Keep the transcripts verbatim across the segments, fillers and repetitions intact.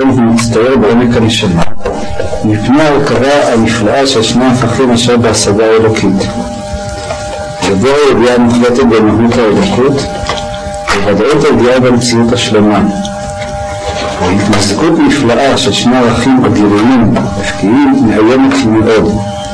כן הוא מצטער בעומק הנשמה מפני ההכרה הנפלאה של שני הפכים אשר בהשגה האלוקית, גדר הידיעה המוחלטת במהות האלוקות וודאות הידיעה במציאות השלמה, והתמזגות נפלאה של שני ערכים אדירים מפקיעים מאיימת מאוד.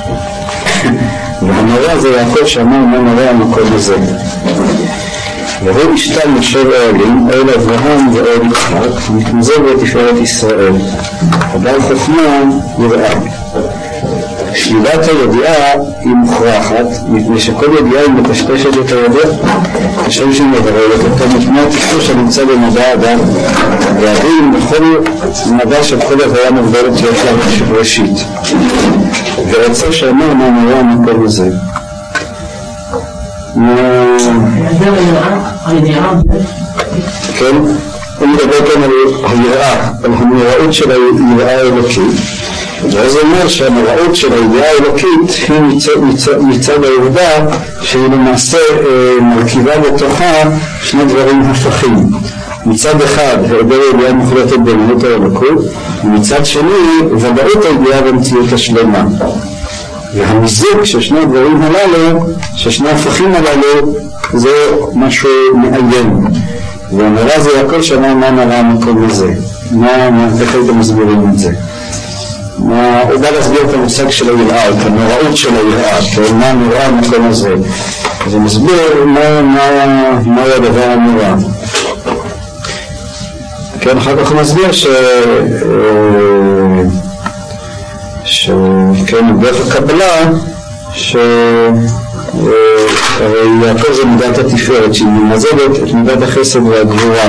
והנורא זה יעקב שאמר מה נורא המקום הזה, והוא השתל משה ואלים אל אברהם ואל יצחק מתמזג בתפארת ישראל, ובעל חוכמה יראה. שלילת הידיעה היא מוכרחת מפני שכל ידיעה היא מטשטשת את הידיעה כשם שמבררת אותו מפני הטשטוש הנמצא במדע האדם והדין בכל מדע של כל הוויה מוגבלת שיש לה ראשית, ורצה שאמר מה נראה המקום הזה. כן, הוא מדבר כאן על היראה, על הנראות של היראה האלוקית, ואז הוא אומר שהנראות של הידיעה האלוקית היא מצד, מצד, מצד העובדה שהיא למעשה אה, מרכיבה בתוכה שני דברים הפכים. מצד אחד היעדר הידיעה מוחלטת במהות האלוקות, ומצד שני ודאות הידיעה במציאות השלמה. והמיזוג של שני הדברים הללו, ששני הפכים הללו, זה משהו מעיין. והנראה זה הכל שמה מה נראה המקום הזה, מה, מה, איך הייתם מסבירים את זה. מה, הוא בא להסביר את המושג של היראה, את הנראות של היראה, כן? מה נראה המקום הזה. אז הוא מסביר מה, מה, מה הוא הדבר הנראה. כן, אחר כך הוא מסביר ש... ש... כן, דרך הקבלה, ש... הרי יעקב זה מידת התפארת שהיא ממזגת את מידת החסד והגבורה,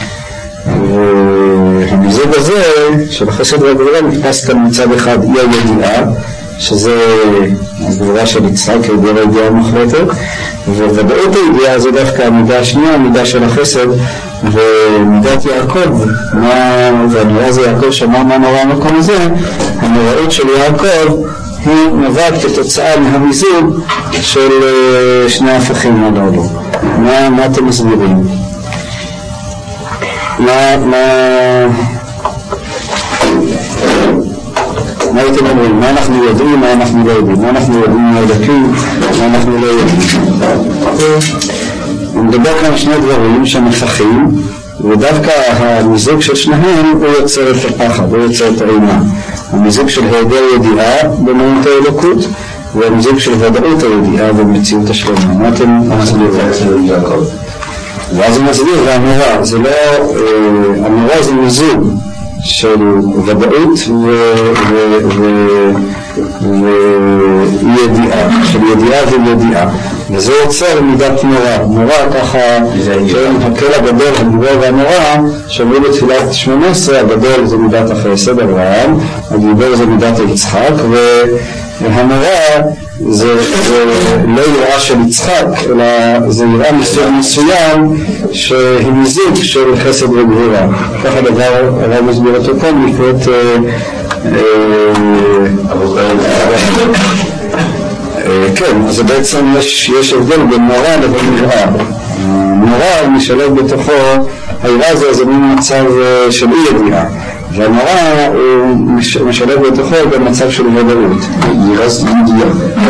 והמיזוג הזה של החסד והגבורה נתפס כאן מצד אחד אי הידיעה שזה הגבורה של יצחק, הידיעה הידיעה המוחלטת, וודאות הידיעה זה דווקא המידה השנייה, המידה של החסד ומידת יעקב. והנראה זה יעקב שאמר מה נורא המקום הזה, הנראות של יעקב היא נובעת כתוצאה מהמיזוג של שני ההפכים הללו. מה, מה אתם מסבירים? מה, מה, מה הייתם אומרים? מה אנחנו יודעים, מה אנחנו לא יודעים? מה אנחנו יודעים מהדקים, מה אנחנו לא יודעים? הוא מדבר כאן שני דברים שמפכים, ודווקא המיזוג של שניהם הוא יוצר את הפחד, הוא יוצר את האימה. המיזוג של היעדר ידיעה במהות האלוקות, והמיזוג של ודאות הידיעה במציאות השלמה. מה אתם מסבירים? ואז הוא מסביר, והנורא, זה לא, הנורא זה מיזוג של ודאות וידיעה, של ידיעה וידיעה, וזה יוצר מידת נורא. נורא ככה, הקל הגדול, הגיבור והנורא, שאומרו בתפילת שמונה עשרה, הגדול זה מידת החסד, אברהם, הגיבור זה מידת יצחק, והנורא זה, זה לא יראה של יצחק, אלא זה יראה מסוג מסוים שהיא מיזוג של חסד וגבורה. ככה דבר הרב מסביר אותו כאן לקראת כן, אז בעצם יש, יש הבדל בין נורא לבין יראה. נורא משלב בתוכו, היראה זה זה מין מצב של אי ידיעה, והנורא הוא משלב בתוכו במצב של ודאות. יראה זה ידיעה.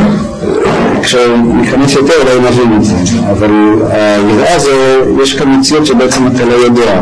כשניכנס יותר אולי נבין את זה, אבל היראה זה, יש כאן מציאות שבעצם אתה לא יודע.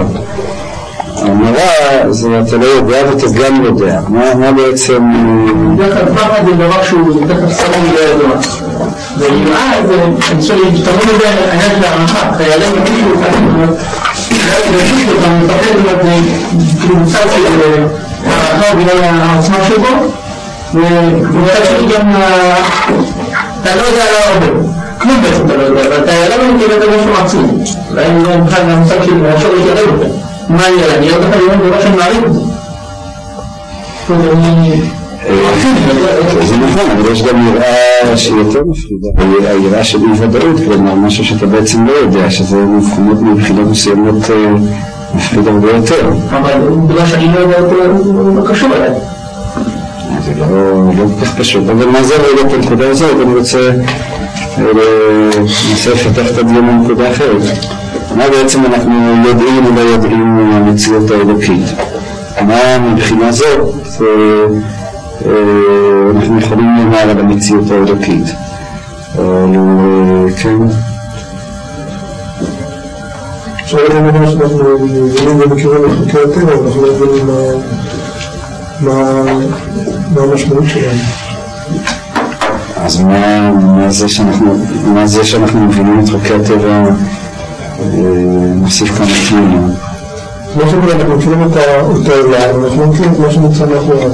הנורא זה אתה לא יודע ואתה גם יודע. מה, מה בעצם... דרך הפחד זה דבר שהוא תכף סמום לא ידוע. ויראה זה, אני חושב, שאתה לא יודע עניין של הערכה, חיילים מקישו אותם, וקישו אותם, מפחד זאת כאילו מוצא של הערכה בגלל העצמה שבו, ובצד שלי גם אתה לא יודע לא הרבה, כלום בעצם אתה לא יודע, ואתה לא מכיר את משהו עצום, אולי אני לא מוכן למושג של השור להתערב אותם. מה יהיה? אני עוד אחד יום דבר שאני מעריך את זה. זה נכון, אבל יש גם יראה שהיא יותר מפחידה, היראה של אי ודאות, כלומר משהו שאתה בעצם לא יודע, שזה מבחינות מסוימות מפחיד הרבה יותר. אבל דבר שאני לא יודע אותו לא קשור אליי. זה לא כל כך פשוט, אבל מה זה לא את הנקודה הזאת, אני רוצה ננסה לפתח את הדיון בנקודה אחרת. מה בעצם אנחנו יודעים או לא יודעים מהמציאות האלוקית? מה מבחינה זאת אנחנו יכולים לומר על המציאות האלוקית. כן. אפשר לדעת מה שאנחנו מבינים ומכירים את חוקי הטבע, אנחנו לא מבינים מה המשמעות שלהם. אז מה, מה זה שאנחנו, מה זה שאנחנו מבינים את חוקי הטבע נוסיף כאן עצמנו? מה שקורה, אנחנו מכירים את העולם, אנחנו מכירים את מה שנמצא מאחוריו.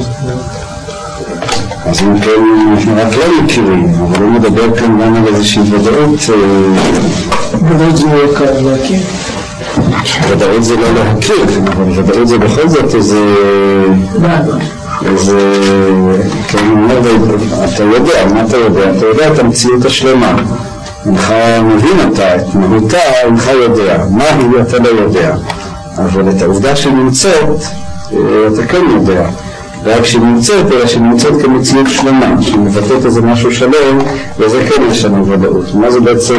אז אם כן, אנחנו רק לא מכירים, אבל הוא מדבר כאן גם על איזושהי ודאות. ודאות זה לא קל להכיר. ודאות זה לא להכיר, אבל ודאות זה בכל זאת איזה... איזה... כן, הוא אומר, אתה יודע, מה אתה יודע? אתה יודע את המציאות השלמה. אינך מבין אותה, את מהותה, אינך יודע. מה היא אתה לא יודע. אבל את העובדה שנמצאת, אתה כן יודע. רק שהיא נמצאת, אלא שהיא נמצאת כמציאות שלמה, שהיא מבטאת איזה משהו שלם, וזה כן יש לנו ודאות. מה זה בעצם,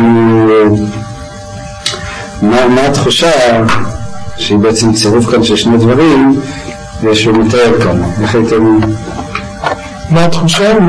מה, מה התחושה שהיא בעצם צירוף כאן של שני דברים, שהוא מתאר כאן? איך הייתם... מה התחושה?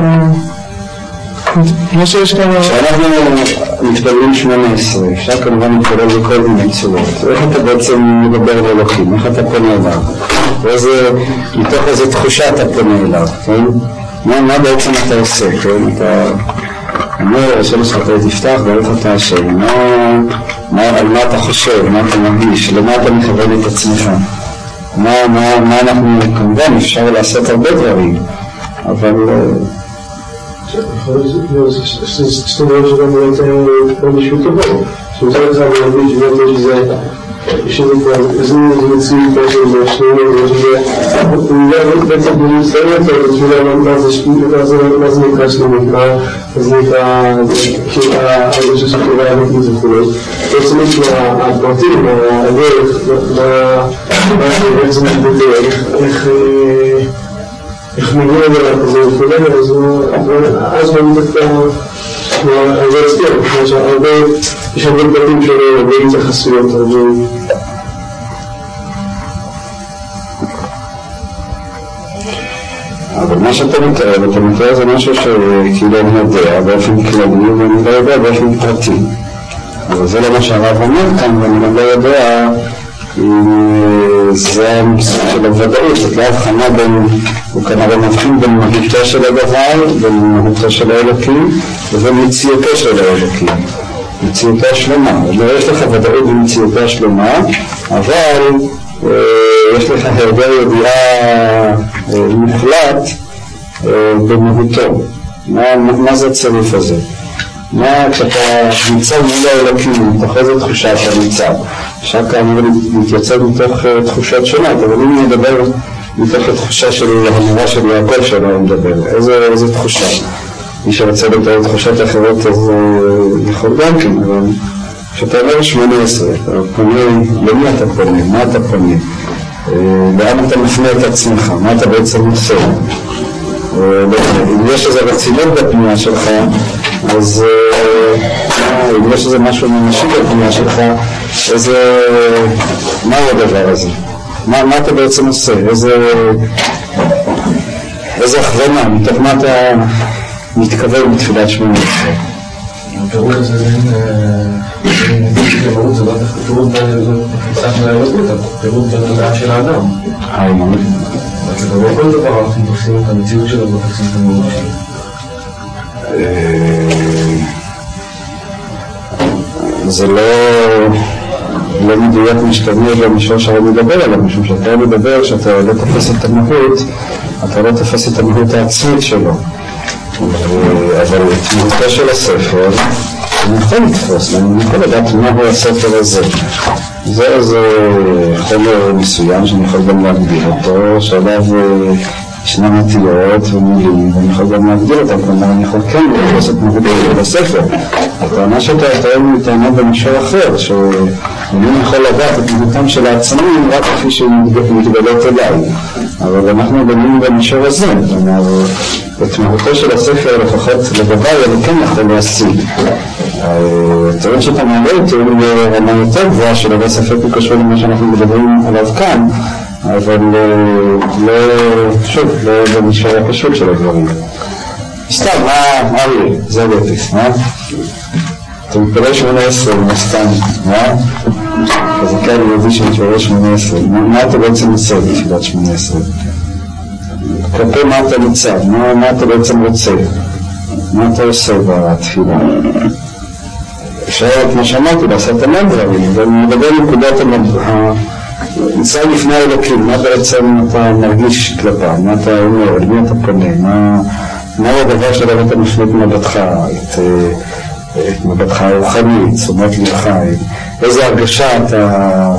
מה שיש כאן... כשאנחנו מתפללים שמונה עשרה, אפשר כמובן להתפלל בכל מיני צורות. איך אתה בעצם מדבר לאלוקים? איך אתה פונה אליו? ואיזה, מתוך איזו תחושה אתה פונה אליו, כן? מה, מה בעצם אתה עושה, כן? אתה אומר, השם שלך אתה תפתח, ואיך אתה השם? מה, מה, על מה אתה חושב? מה אתה מרגיש? למה אתה מכוון את עצמך? מה, מה, מה אנחנו, כמובן, אפשר לעשות הרבה דברים, אבל... שתי דברים שגם לא בשביל טובות, שמצא לך ולהבין שזה שזה כבר, איזה מציאות פה של זה, שני שזה, הוא בעצם בניסיון יותר, בתחילה מה זה נקרא שלמות, מה זה נקרא, הרגשה של טובה האמת וכו'. בעצם יש הפרטים, הדרך, איך זה מתבטא, איך מגיעים אליו כזה וכו', אז הוא מתבטא, הרבה אצטר, יש הרבה בתים שלו, הרבה התייחסויות, הרבה... אבל מה שאתה מתאר, אתה מתאר זה משהו שכאילו אני יודע באופן כללי ואני לא יודע באופן פרטי. אבל זה לא מה שהרב אומר כאן, ואני גם לא יודע אם זה המושג של הוודאות, זאת לא הבחנה בין, הוא כנראה מבחין בין מהותו של הדבר, בין מהותו של האלוקים, ובין מציאותו של האלוקים, מציאותו השלמה. לא יש לך ודאות במציאותו השלמה, אבל אה, יש לך היעדר ידיעה אה, מוחלט אה, במהותו. מה, מה זה הצירוף הזה? מה כשאתה נמצא מול האלוקים, מתוך איזו תחושה אתה נמצא? אפשר כאמור להתייצב מתוך תחושות שונות, אבל אם אני מדבר מתוך התחושה של המורה של יעקב שלו, אני מדבר, איזה, איזה תחושה? מי שרוצה לתאר תחושות אחרות, אז יכול גם כן, אבל כשאתה אומר שמונה עשרה, אתה פונה, למי אתה פונה? מה אתה פונה? לאן אתה מפנה את עצמך? מה אתה בעצם עושה? אם יש איזה רצינות בפנייה שלך, אז אם יש איזה משהו ממשי בפנייה שלך, איזה, מהו הדבר הזה? מה, מה אתה בעצם עושה? איזה, איזה הכוונה, מתוך מה אתה מתכוון בתפילת שמונה עשרה? הפירוט הזה בין פירוט זה לא פירוט בנפסק מהאלוקות, פירוט בתודעה של האדם. האמן. אבל בכל דבר אנחנו תופסים את המציאות שלו ותופסים את המהות שלו. זה לא לא מדויק משתנה במישור שאני מדבר עליו, משום שאתה מדבר שאתה לא תופס את המהות, אתה לא תופס את המהות העצמית שלו. אבל את מהותו של הספר אני יכול לתפוס, אני יכול לדעת מהו הספר הזה. זה איזה חומר מסוים שאני יכול גם להגדיר אותו, שעליו ישנם נטיות ומילים, ואני יכול גם להגדיר אותם, כלומר אני יכול כן לתפוס את מהותו של הספר. הטענה שאתה טוען היא טענה במישור אחר, שאני יכול לדעת את מהותם של העצמים רק כפי שהיא מתגלית אליי. אבל אנחנו דנים במישור הזה, כלומר את מהותו של הספר לפחות לגבי אני כן יכול להשיג. הטעון שאתה מעלה הוא רמה יותר גבוהה שלא ספק הוא קשור למה שאנחנו מדברים עליו כאן, אבל לא, שוב, לא במישור הפשוט של הדברים. סתם, מה, אריה, זה בטס, מה? אתה מתפלל שמונה עשרה, מה סתם, מה? חזקה ליהודי שמתפלל שמונה עשרה, מה אתה בעצם עושה בתפילת שמונה עשרה? כלפי מה אתה ניצב, מה, מה אתה בעצם רוצה? מה אתה עושה בתפילה? אפשר, כמו שאמרתי, לעשות המון דברים, אבל מדבר נקודת הניצב לפני האלוקים, מה בעצם אתה מרגיש כלפיו, מה אתה אומר, על מי אתה פונה, מה, מה הדבר שלו אתה מפליט מבטך, את, את מבטך הרוחנית, תשומת לבך, איזה הרגשה אתה,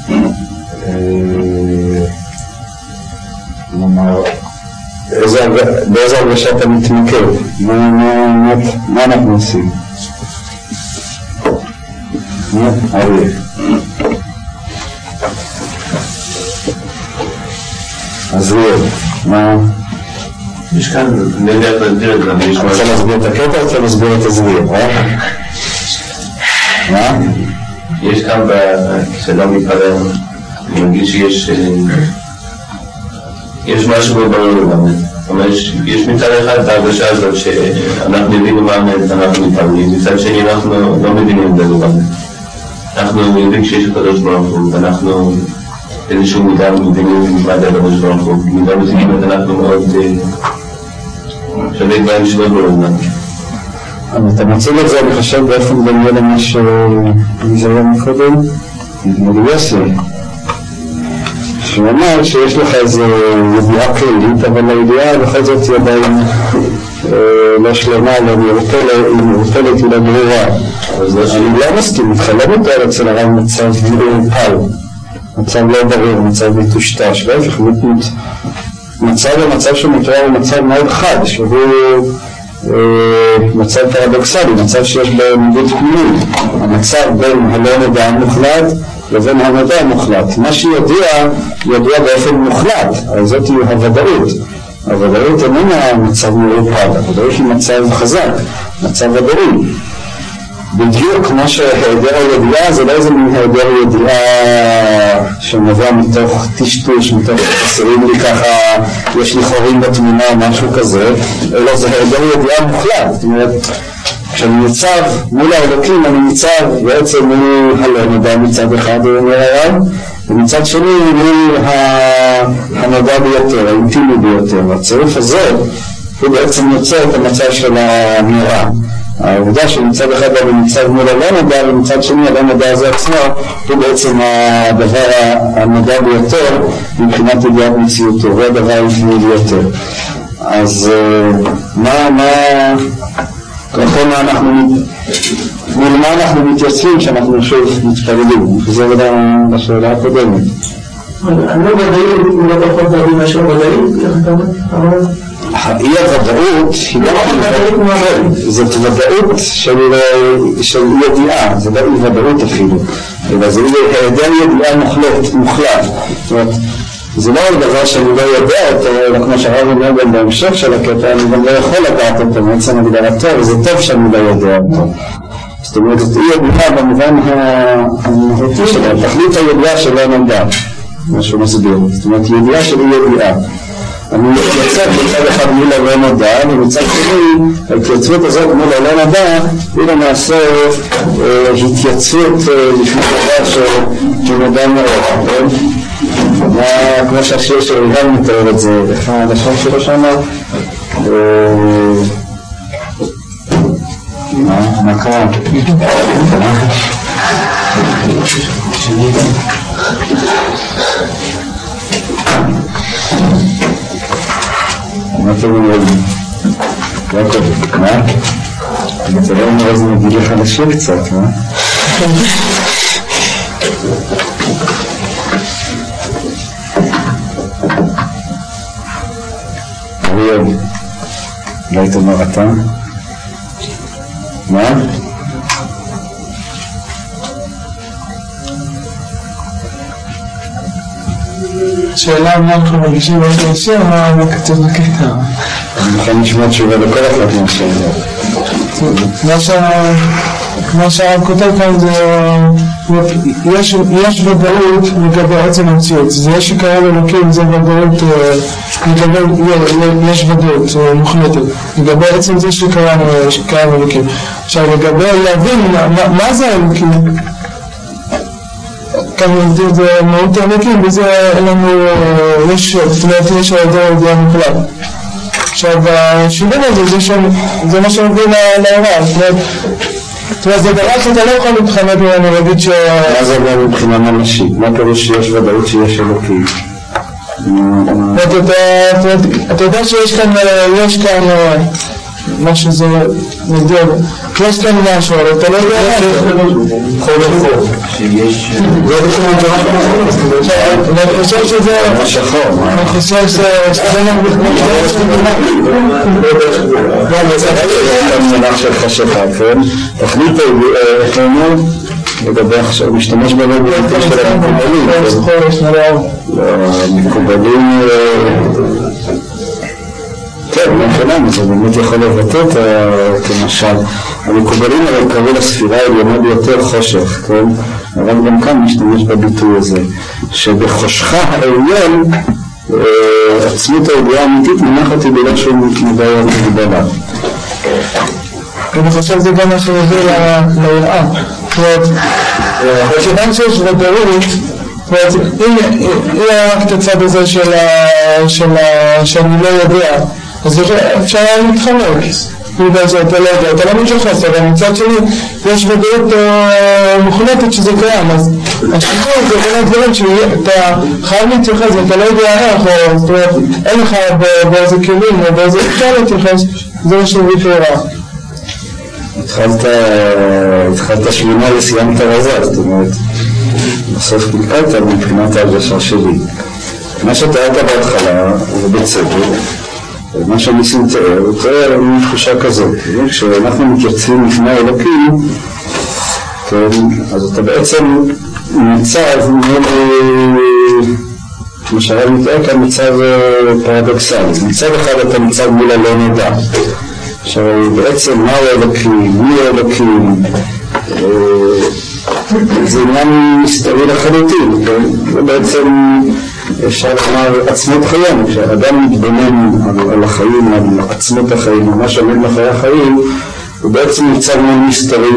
נאמר, איזה, באיזה הרגשה אתה מתמקד, מה, מה, מה, מה אנחנו עושים? אריה. אז ליאל, מה? יש כאן, אני יודע איך להסביר את זה, יש אתה רוצה להסביר את הקטע או רוצה להסביר את הזביר, אה? מה? יש כאן, כשאדם מתפלל, אני מרגיש שיש יש משהו לא ברור לגמרי. זאת אומרת, יש מצד אחד את ההרגשה הזאת שאנחנו מבינים מה אנחנו מתפללים, מצד שני אנחנו לא מבינים את זה לגמרי. אנחנו יודעים שיש הקדוש ברוך הוא, ואנחנו איזשהו מידה מבינים מה זה הקדוש ברוך הוא, מידה מסוימת אנחנו מאוד שווה דברים שלא ברור לגמרי. אתה מציג את זה, אני חושב באופן דומה למה שמזהה מקודם, נדמה יוסי, שהוא אומר שיש לך איזו ידיעה כללית, אבל הידיעה בכל זאת היא עדיין לא שלמה, לא מעורפלת ולא ברורה. אני לא מסכים, מתחלם יותר אצל הרב מצב מעורפל, מצב לא ברור, מצב מטושטש, להפך, מצב המצב שמתואר הוא מצב מאוד חד, שהוא מצב פרדוקסלי, מצב שיש בו ניגוד פנימי, המצב בין הלא נודע המוחלט לבין הנודע המוחלט. מה שיודע, ידוע באופן מוחלט, אז זאת היא הוודאות. הוודאות איננה מצב מעורפל, הוודאות היא מצב חזק, מצב ודאי. בדיוק כמו שהיעדר הידיעה זה לא איזה מין היעדר ידיעה שנובע מתוך טשטוש, מתוך חסרים לי ככה, יש לי חורים בתמונה או משהו כזה, אלא זה היעדר ידיעה מוחלט. זאת אומרת, כשאני ניצב מול האלוקים, אני ניצב בעצם מול הלא נודע מצד אחד, הוא אומר הרב, ומצד שני מול הנודע ביותר, האינטימי ביותר. והצירוף הזה הוא בעצם יוצר את המצב של הנראה. העובדה שמצד אחד אני ניצב מול הלא נודע, ומצד שני הלא נודע הזה עצמו הוא בעצם הדבר הנודע ביותר מבחינת ידיעת מציאותו, הוא הדבר האינטימי ביותר. אז מה, מה, לכן אנחנו, מול מה אנחנו מתייצבים כשאנחנו שוב מתפללים? זה לשאלה הקודמת. אני לא ודאי, אם לא פחות להביא משהו ודאי, איך אתה אומר? אי הוודאות היא לא כן, זאת ודאות של ידיעה, זה לא אי ודאות אפילו, אלא זה היעדר ידיעה מוחלט. זאת אומרת, זה לא דבר שאני לא יודע אותו, אלא כמו שהרב אומר גם בהמשך של הקטע, אני גם לא יכול לדעת אותו מעצם הגדרתו, וזה טוב שאני לא יודע אותו. זאת אומרת, זאת אי ידיעה במובן המהותי שלה, תכלית הידיעה שלא נדע, מה שהוא מסביר. זאת אומרת, ידיעה של אי ידיעה. אני מתייצב מצד אחד מול הלא נודע, ומצד שני, ההתייצבות הזאת מול הלא נודע, היא למעשה התייצבות לפני דבר שנודע מאוד. כמו שהשיר של אילן מתאר את זה, איך הלשון שלו שמה? מה קרה? מה אתם אומרים? לא קודם, מה? אני רוצה לא אומר איזה נגיד לך לשיר קצת, מה? אריאל, אולי תאמר אתה? מה? שאלה מה אנחנו מרגישים מה אנחנו עושים, מה כתוב בקטע? אני מוכן לשמוע תשובה לכל אחת מהשאלה. מה שה... מה שהרב כותב כאן זה, יש, יש ודאות לגבי עצם המציאות, זה יש שקרה ללוקים, זה ודאות, לגבי, יש ודאות מוחלטת, לגבי עצם זה שקרה ללוקים. עכשיו לגבי להבין מה, מה זה הלוקים, כאן נבדיר זה מהות הלוקים, וזה אין לנו, יש, זאת אומרת, יש היעדר ידיעה מוחלט. עכשיו, השילוב הזה, זה, שם, זה מה שמביא להוראה, זאת אומרת, זאת אומרת, זה דבר שאתה לא יכול להתחמד ממנו להגיד ש... מה זה אומר מבחינה ממשית? מה פירוש שיש ודאות שיש אלוקים? אתה יודע שיש כאן, יש כאן משהו זה נגדיר, יש כאן משהו, אבל אתה לא יודע חול וחול שיש... אני חושב שזה... מה שחור? אני חושב שזה... גם מנח של חשיכה, כן? תחליט אצלנו לגבי עכשיו, משתמש בלוגים של המקובלים. המקובלים... כן, מבחינם, זה באמת יכול לבטא כמשל. המקובלים הרי קראו לספירה העליונה ביותר חושך, כן? אבל גם כאן משתמש בביטוי הזה, שבחושכה העליון, עצמות הידיעה האמיתית מנחת היא בגלל שהוא מתמודע מגבלה. אני חושב שזה גם מה שמביא ליראה. זאת אומרת, כיוון שיש ודאות, אם היה רק את הצד הזה שאני לא יודע, אז אפשר היה להתחמק. בגלל זה אתה לא יודע, אתה לא מתייחס, אבל מצד שני יש ודאות מוחלטת שזה קיים, אז השחרור זה באמת דברים שאתה חייב להתייחס ואתה לא יודע איך, זאת אומרת, אין לך באיזה כלים או באיזה אפשר להתייחס, זה מה שמביא תאורה. התחלת שמינה וסיימת רזה, זאת אומרת, בסוף קלקלת מבחינת ההרגשה שלי. מה שתיארת בהתחלה, ובצדק, מה שניסים תיאר, הוא תיאר עם תחושה כזאת. כשאנחנו מתייצבים לפני האלוקים, אז אתה בעצם מצב, כמו שהרב מתאר כאן, מצב פרדוקסלי. מצד אחד אתה מצב מול הלא נודע. עכשיו בעצם מהו האלוקים, מי האלוקים, זה עניין מסתרי לחלוטין, ובעצם אפשר לומר עצמות חיים, כשאדם מתבונן על, על החיים, על עצמות החיים, על מה שעומד מאחורי החיים, הוא בעצם מצב מאוד מסתרי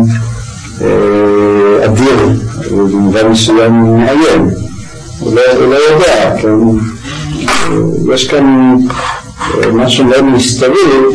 אה, אדיר, במובן מסוים מאיים, הוא לא, הוא לא יודע, כן? יש כאן משהו מאוד מסתרי,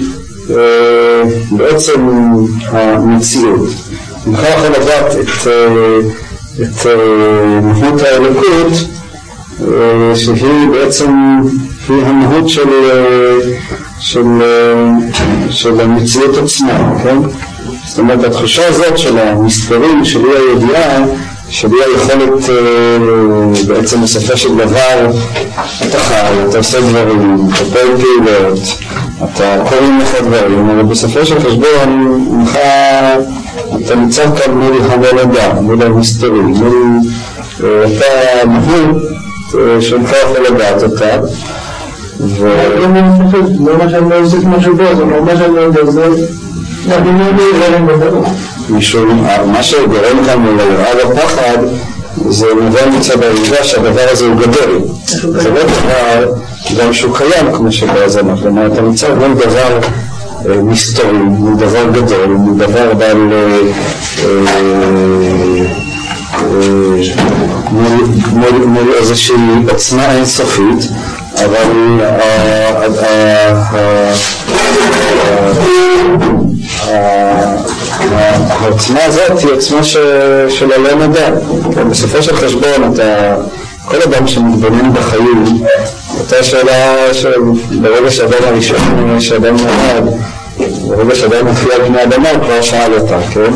בעצם המציאות. אני יכול לדעת את, את מהות האלוקות, שהיא בעצם היא המהות של, של, של המציאות עצמה, כן? זאת אומרת, התחושה הזאת של המספרים, של אי הידיעה, של אי היכולת בעצם בסופו של דבר, אתה חי, אתה עושה דברים, אתה פועל פעילות, אתה קוראים לך דברים, אבל בסופו של חשבון, ממך, אתה נמצא כאן מול המולדה, מול המסתרים, מול אותה מהות שאינך יכול לדעת אותה. לא מה שאני לא עושה משהו בו, זה מה שאני לא יודע, זה אני לא יודע משום, מה שגורם כאן ליראה לפחד, זה מובן מצד העובדה שהדבר הזה הוא גדול. זה לא דבר גם שהוא קיים כמו שבאזנות, כלומר אתה נמצא מול דבר מסתורי, מול דבר גדול, מול דבר בעל מול איזושהי עוצמה אינסופית, אבל העוצמה הזאת היא עוצמה של הלא נודע. בסופו של חשבון כל אדם שמתבונן בחיים, אותה שאלה שברגע שאדם הראשון שאדם נולד, ברגע שאדם מופיע על פני האדמה הוא כבר שאל אותה, כן?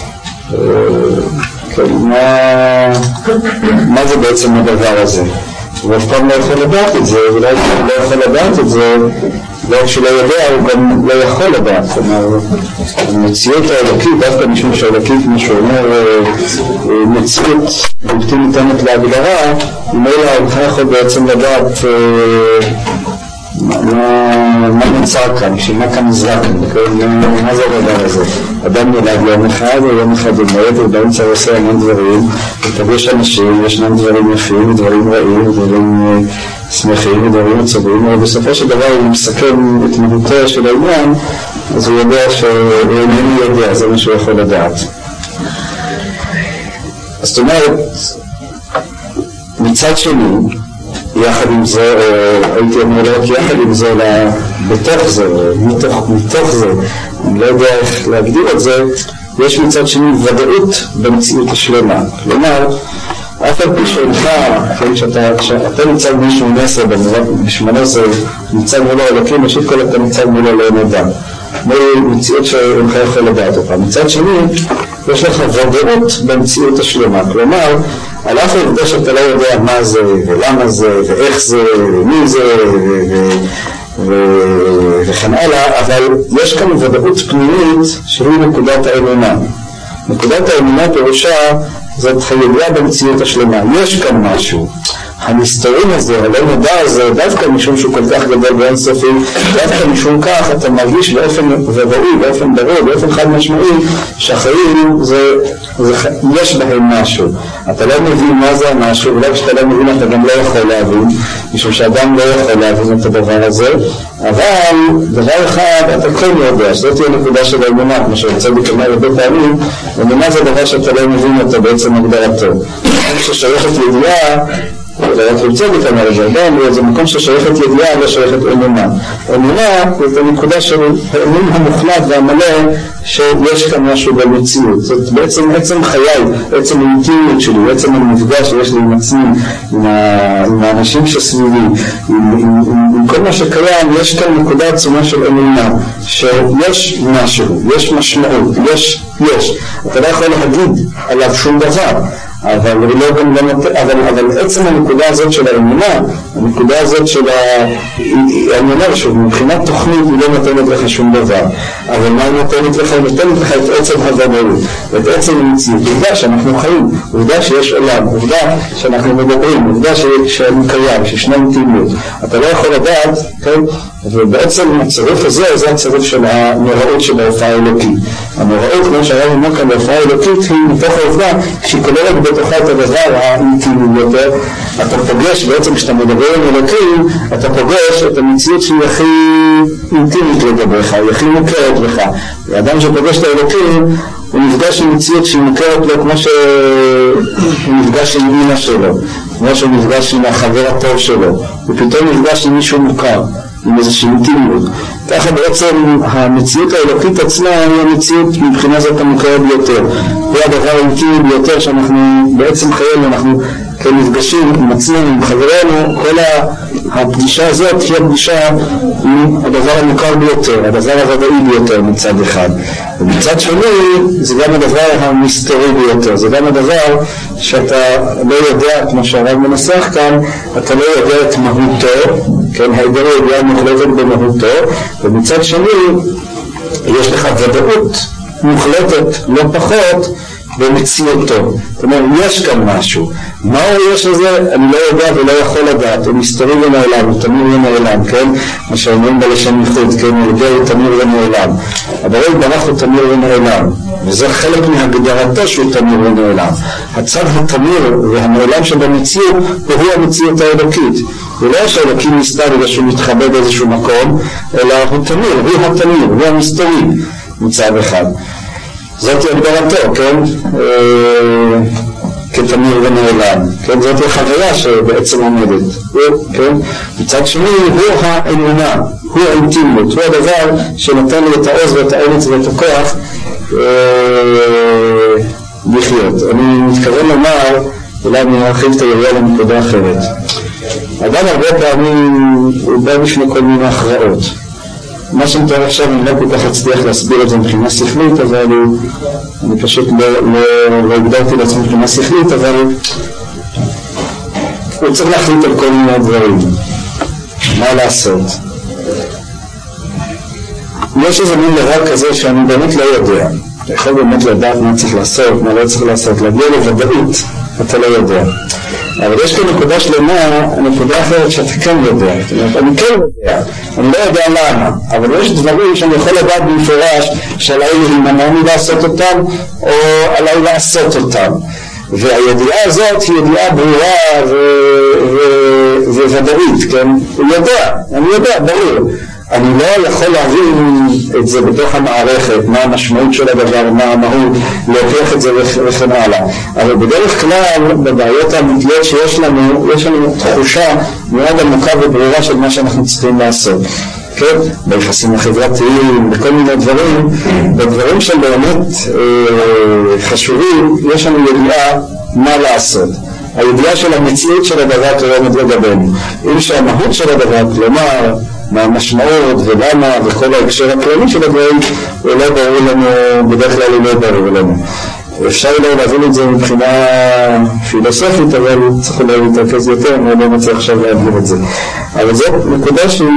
מה זה בעצם הדבר הזה? הוא אף פעם לא יכול לדעת את זה, אולי הוא לא יכול לדעת את זה, לא רק שלא יודע, הוא גם לא יכול לדעת. כלומר, המציאות האלוקית, דווקא משום שהאלוקית, כמו שהוא אומר, מציאות בלתי ניתנת להגדרה, ממילא הוא יכול בעצם לדעת מה נמצא כאן. כאן, בשביל מה כאן נזרקנו, מה זה הדבר הזה? אדם נולד יום אחד, ויום אחד הוא מועד, ובאמצע הוא עושה המון דברים, ופגש אנשים, ישנם דברים יפים, דברים רעים, דברים שמחים, דברים עצובים, אבל בסופו של דבר הוא מסכם את מהותו של העניין, אז הוא יודע שהוא איננו יודע, זה מה שהוא יכול לדעת. אז זאת אומרת, מצד שני, יחד עם זה, הייתי אומר לא רק יחד עם זה, אלא בתוך זה, מתוך, מתוך זה, אני לא יודע איך להגדיר את זה, יש מצד שני ודאות במציאות השלמה. כלומר, אף על פי שאינך, כשאתה נמצא מישהו נסר, בשמונה עשרה נמצא מולו אלוקים, ראשית כל אתה נמצא מולו לא נדע. מציאות שאינך יכול לדעת אותה. מצד שני, יש לך ודאות במציאות השלמה. כלומר, על אף העובדה שאתה לא יודע מה זה, ולמה זה, ואיך זה, ומי זה, וכן הלאה, אבל יש כאן ודאות פנימית שהיא נקודת האמונה. נקודת האמונה פירושה זאת הידיעה במציאות השלמה. יש כאן משהו. המסתורים הזה, הלא נודע הזה, דווקא משום שהוא כל כך גדול באינסופי, דווקא משום כך אתה מרגיש באופן ודאי, באופן ברור, באופן חד משמעי, שהחיים זה, זה, יש בהם משהו. אתה לא מבין מה זה המשהו, ולא כשאתה לא מבין אתה גם לא יכול להבין, משום שאדם לא יכול להבין את הדבר הזה, אבל דבר אחד אתה כן יודע, שזאת תהיה נקודה של האמונה, כמו שצדיק אמר הרבה פעמים, אמונה זה דבר שאתה לא מבין אותו בעצם הגדרתו. כששייכת ידיעה, רק רוצה להתאמר את זה, זה מקום ששייכת ידיעה ושייכת אמונה. אמונה זה הנקודה של האמון המוחלט והמלא שיש כאן משהו במציאות. זאת בעצם עצם חיי, עצם האינטימיות שלי, עצם המפגש שיש לי עם עצמי, עם, ה... עם האנשים שסביבי, עם, עם, עם, עם כל מה שקיים, יש כאן נקודה עצומה של אמונה, שיש משהו, יש משמעות, יש, יש. אתה לא יכול להגיד עליו שום דבר. אבל, לא, לא, אבל, אבל עצם הנקודה הזאת של האמונה, הנקודה הזאת של ה... אני אומר שוב, מבחינת תוכנית היא לא נותנת לך שום דבר, אבל מה היא נותנת לך? היא נותנת לך את עצם הוודאות, את עצם המציאות, עובדה שאנחנו חיים, עובדה שיש עולם, עובדה שאנחנו מדברים, עובדה שאני קיים, שישנה אינטימיות, אתה לא יכול לדעת, כן? ובעצם הצירוף הזה, זה הצירוף של הנראות של ההופעה האלוקית. הנראות, כמו שהרב אומר כאן בהופעה האלוקית, היא מתוך העובדה, כשהיא כוללת בתוכה את הדבר האינטימי יותר, אתה פוגש, בעצם כשאתה מדבר עם אלוקים, אתה פוגש את המציאות שהיא הכי אינטימית לגביך, היא הכי מוכרת לך. והאדם שפוגש את האלוקים, הוא נפגש עם מציאות שהיא מוכרת לו כמו שהוא נפגש עם אמא שלו, כמו שהוא נפגש עם החבר הטוב שלו, ופתאום נפגש עם מישהו מוכר. עם איזושהי אינטימיות. ככה בעצם המציאות האלוקית עצמה היא המציאות מבחינה זאת המוכרת ביותר. זה הדבר האינטימי ביותר שאנחנו בעצם חיינו, אנחנו כמפגשים עם עצמנו, עם חברינו, כל הפגישה הזאת היא הפגישה עם הדבר המוכר ביותר, הדבר הוודאי ביותר מצד אחד. ומצד שני זה גם הדבר המסתורי ביותר, זה גם הדבר שאתה לא יודע, כמו שהרב מנסח כאן, אתה לא יודע את מהותו, כן, היעדר הידיעה מוחלטת במהותו, ומצד שני יש לך ודאות מוחלטת לא פחות במציאותו. זאת אומרת, יש כאן משהו. מה הוא יש לזה? אני לא יודע ולא יכול לדעת. הוא מסתורי ונעלם, הוא תמיר ונעלם, כן? מה שאומרים בלשון ייחוד, כן? הוא הוא תמיר ונעלם. אבל הוא ברח הוא תמיר ונעלם. וזה חלק מהגדרתו שהוא תמיר ונעלם. הצד התמיר והנעלם שבמציאות הוא המציאות האלוקית. הוא לא שהאלוקים מסתר בגלל שהוא מתחבא באיזשהו מקום, אלא הוא תמיר, הוא התמיר, הוא המסתורי מצד אחד. זאת הגדרתו, כן? אה, כתמיר ונעלם, כן? זאת החוויה שבעצם עומדת, כן? מצד שני הוא האמונה, הוא האינטימיות, הוא הדבר שנתן לי את העוז ואת הארץ ואת הכוח אה, לחיות. אני מתכוון לומר, אולי אני ארחיב את היריעה לנקודה אחרת. אדם הרבה פעמים הוא בא בשביל כל מיני הכרעות. מה שמתאר עכשיו אני לא כל כך אצליח להסביר את זה מבחינה שכלית, אבל אני פשוט לא, לא, לא הגדרתי לעצמי מבחינה שכלית, אבל הוא צריך להחליט על כל מיני דברים. מה לעשות? יש איזה מין דבר כזה שאני באמת לא יודע. אתה יכול באמת לדעת מה צריך לעשות, מה לא צריך לעשות, להגיע לוודאות, אתה לא יודע. אבל יש כאן נקודה שלמה, נקודה אחרת שאתה כן יודע. זאת אומרת, אני כן יודע, אני לא יודע למה, אבל יש דברים שאני יכול לדעת במפורש שעליי להימנע מלעשות אותם, או עליי לעשות אותם. והידיעה הזאת היא ידיעה ברורה וודאית, כן? הוא יודע, אני יודע, ברור. אני לא יכול להבין את זה בתוך המערכת, מה המשמעות של הדבר, מה המהות, להוכיח את זה וכן הלאה. אבל בדרך כלל, בבעיות האמיתיות שיש לנו, יש לנו תחושה מאוד עמוקה וברורה של מה שאנחנו צריכים לעשות. כן? ביחסים החברתיים, בכל מיני דברים, בדברים שהם באמת אה, חשובים, יש לנו ידיעה מה לעשות. הידיעה של המציאות של הדבר קיימת לגבינו. אם שהמהות של הדבר, כלומר, מה המשמעות ולמה וכל ההקשר הכללי של הדברים, הוא לא ברור לנו, בדרך כלל הוא לא ברור לנו. אפשר אולי להבין את זה מבחינה פילוסופית, אבל צריך אולי להתרכז יותר, אני לא מצליח עכשיו להבין את זה. אבל זאת נקודה שהיא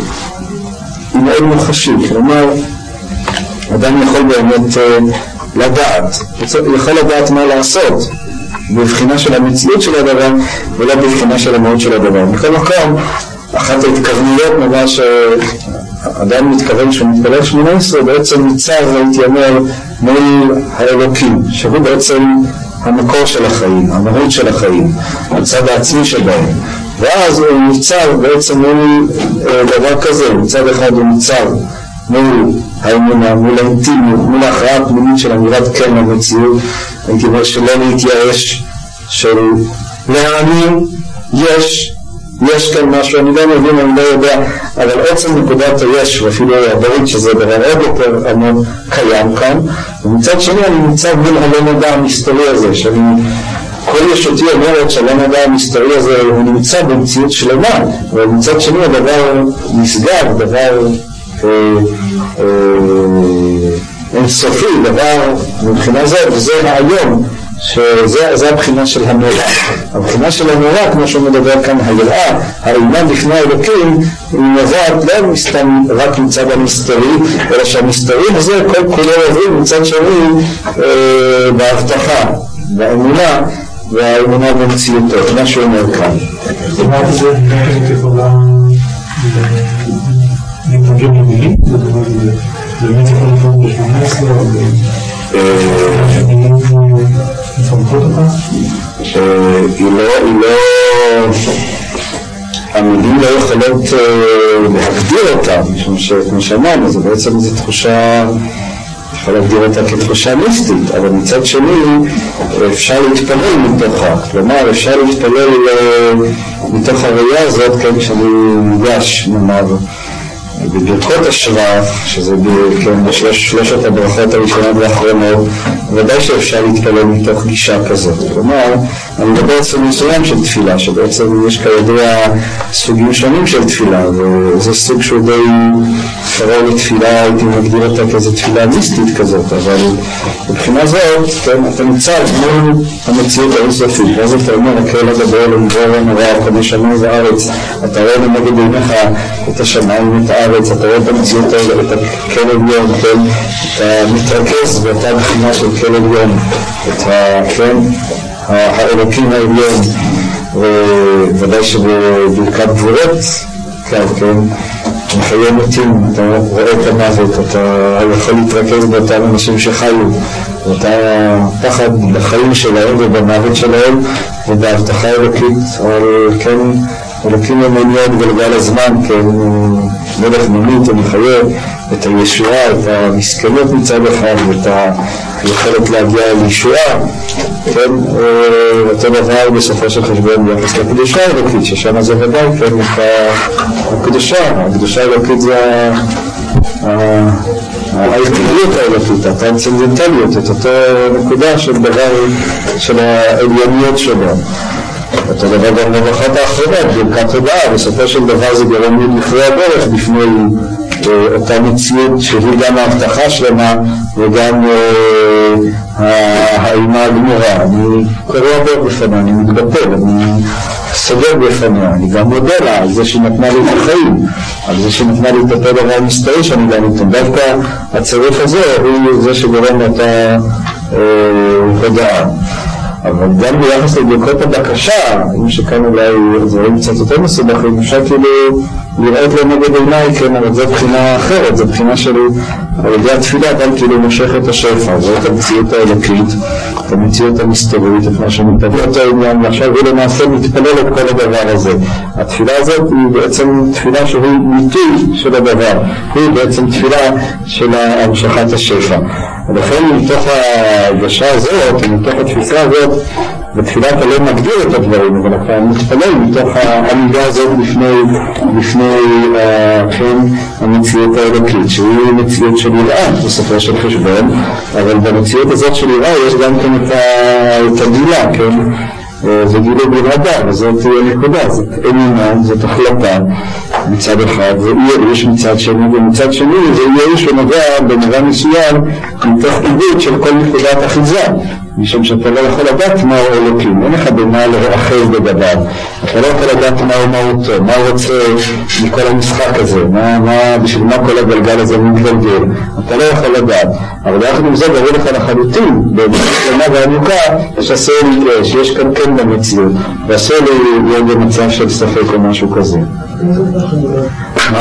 מאוד מוחשית, כלומר, אדם יכול באמת לדעת, יכול לדעת מה לעשות, בבחינה של המציאות של הדבר, ולא בבחינה של המהות של הדבר. מכל מקום, אחת ההתכוונויות נובע שאדם מתכוון שהוא מתפלל שמונה עשרה בעצם ניצב והתיימר מול האלוקים, שהוא בעצם המקור של החיים, המהות של החיים, הצד העצמי שבהם. ואז הוא ניצב בעצם מול דבר כזה, מצד אחד הוא ניצב מול האמונה, מול האינטימיות, מול ההכרעה הפנימית של אמירת כן למציאות, הייתי אומר שלא להתייאש, של להאמין, יש, יש כאן משהו, אני לא מבין, אני לא יודע, אבל עצם נקודת היש, ואפילו הברית שזה דבר עוד יותר עמוק, קיים כאן, ומצד שני אני ניצב מול הלא נודע המסתורי הזה, שאני כל ישותי אומרת שהלא נודע המסתורי הזה הוא נמצא במציאות שלמה, ומצד שני הדבר נסגר, דבר אה, אה, אינסופי, דבר מבחינה זאת, וזה היום, שזה הבחינה של המורה. הבחינה של המורה, כמו שהוא מדבר כאן, היראה, האימה בפני האלוקים, היא נובעת לא מסתם רק מצד המסתורי, אלא שהמסתורי הזה כל כולו עוברים מצד שני אה, בהבטחה, באמונה, והאמונה במציאותו, מה שהוא אומר כאן. זאת אומרת, זה יכולה להתנגד למילים? זאת אומרת, זה באמת יכול לקרות בשמונה עשרה, מפרקות אותה? היא לא, המילים לא יכולות להגדיר אותה, משום שכמו שאמרנו, זה בעצם איזו תחושה, יכול להגדיר אותה כתחושה מיסטית, אבל מצד שני אפשר להתפלל מתוכה, כלומר אפשר להתפלל מתוך הראייה הזאת, כן, כשאני ניגש, נאמר, בברכות השבח, שזה כן, שלושת הברכות הראשונות והאחרונות, ודאי שאפשר להתפלל מתוך גישה כזאת. כלומר, אני מדבר אצל מסוים של תפילה, שבעצם יש כידוע סוגים שונים של תפילה, וזה סוג שהוא די קרוב לתפילה, הייתי מגדיר אותה כאיזו תפילה מיסטית כזאת, אבל מבחינה זאת, כן, אתה נמצא מול המציאות האינסופית, ואז אתה אומר, הקהל הגדול למבור הנורא, כל השמיים והארץ, אתה רואה לנגד עיניך את השמיים, את הארץ, אתה רואה את המציאות האלה, את הכלב יום, כן, אתה מתרכז באותה בחינה של כלב יום, את ה, כן, האלוקים העליון, וודאי שבברכת גבורות, כן, כן, מחיי מתים, אתה רואה את המוות, אתה יכול להתרכז באותם אנשים שחיו, ואתה פחד בחיים שלהם ובמוות שלהם, ובהבטחה אלוקית, אבל כן, אלוקים המניעות גלגל הזמן, כן, מלך ממית ומחיה את הישועה, את המסכנות מצד אחד, ואת היכולת להגיע לישועה, כן, אותו דבר בסופו של חשבון ביחס לקדושה האלוקית, ששם זה ודאי, כן, הקדושה, הקדושה האלוקית זה ההתגלות האלוקית, הטרנסצנדנטליות, את אותו נקודה של דבר, של העליוניות שלו. אותו דבר גם בברכות האחרונות, ברכת תודעה, בסופו של דבר זה גורם לי לפני הדרך בפני אה, אותה מציאות שהיא גם ההבטחה שלמה וגם אה, האימה הגמורה. אני קורא הרבה בפניה, אני מתבטל, אני סוגר בפניה, אני גם מודה לה על זה שהיא נתנה לי את החיים, על זה שהיא נתנה לי את אותו דבר מסתרי שאני גם איתם. דווקא הצירוף הזה הוא זה שגורם לאותה אה, הודעה. אבל גם ביחס לדרכות הבקשה, אם שכאן אולי דברים קצת יותר מסובכים, אפשר כאילו לראות לנגד עיניי, כן, אבל זו בחינה אחרת, זו בחינה שלי, על ידי התפילה גם כאילו מושך את השפע, זאת המציאות האלוקית, את המציאות המסתורית, את מה שמתביא אותו עניין, ועכשיו הוא למעשה מתפלל את כל הדבר הזה. התפילה הזאת היא בעצם תפילה שהיא מיתוי של הדבר, היא בעצם תפילה של המשכת השפע. ולכן מתוך ההרגשה הזאת, מתוך התפיסה הזאת, בתחילה אתה לא מגדיר את הדברים, אבל אתה מתפלל מתוך העמידה הזאת לפני, לפני כן, המציאות האלוקית, שהיא מציאות של יראה, בסופו של חשבון, אבל במציאות הזאת של יראה יש גם כן את הגילה, כן? זה גילוי ברדה, וזאת תהיה נקודה, זאת אמונה, זאת החלטה מצד אחד, זה אי ייאוש מצד שני, ומצד שני זה אי ייאוש ונובע במובן מסוים מתוך עיבוד של כל נקודת אחיזה, משום שאתה לא יכול לדעת מהו אלוקים, אין לך במה להאחז בדבר, אתה לא יכול לדעת מהו מהותו, מה הוא רוצה מכל המשחק הזה, מה, מה, בשביל מה כל הגלגל הזה מתגלגל, אתה לא יכול לדעת, אבל יחד עם זה ברור לך לחלוטין, במסלמה ועמוקה, שאסור לי, שיש כאן כן במציאות, ואסור לי להיות במצב של ספק או משהו כזה. מה?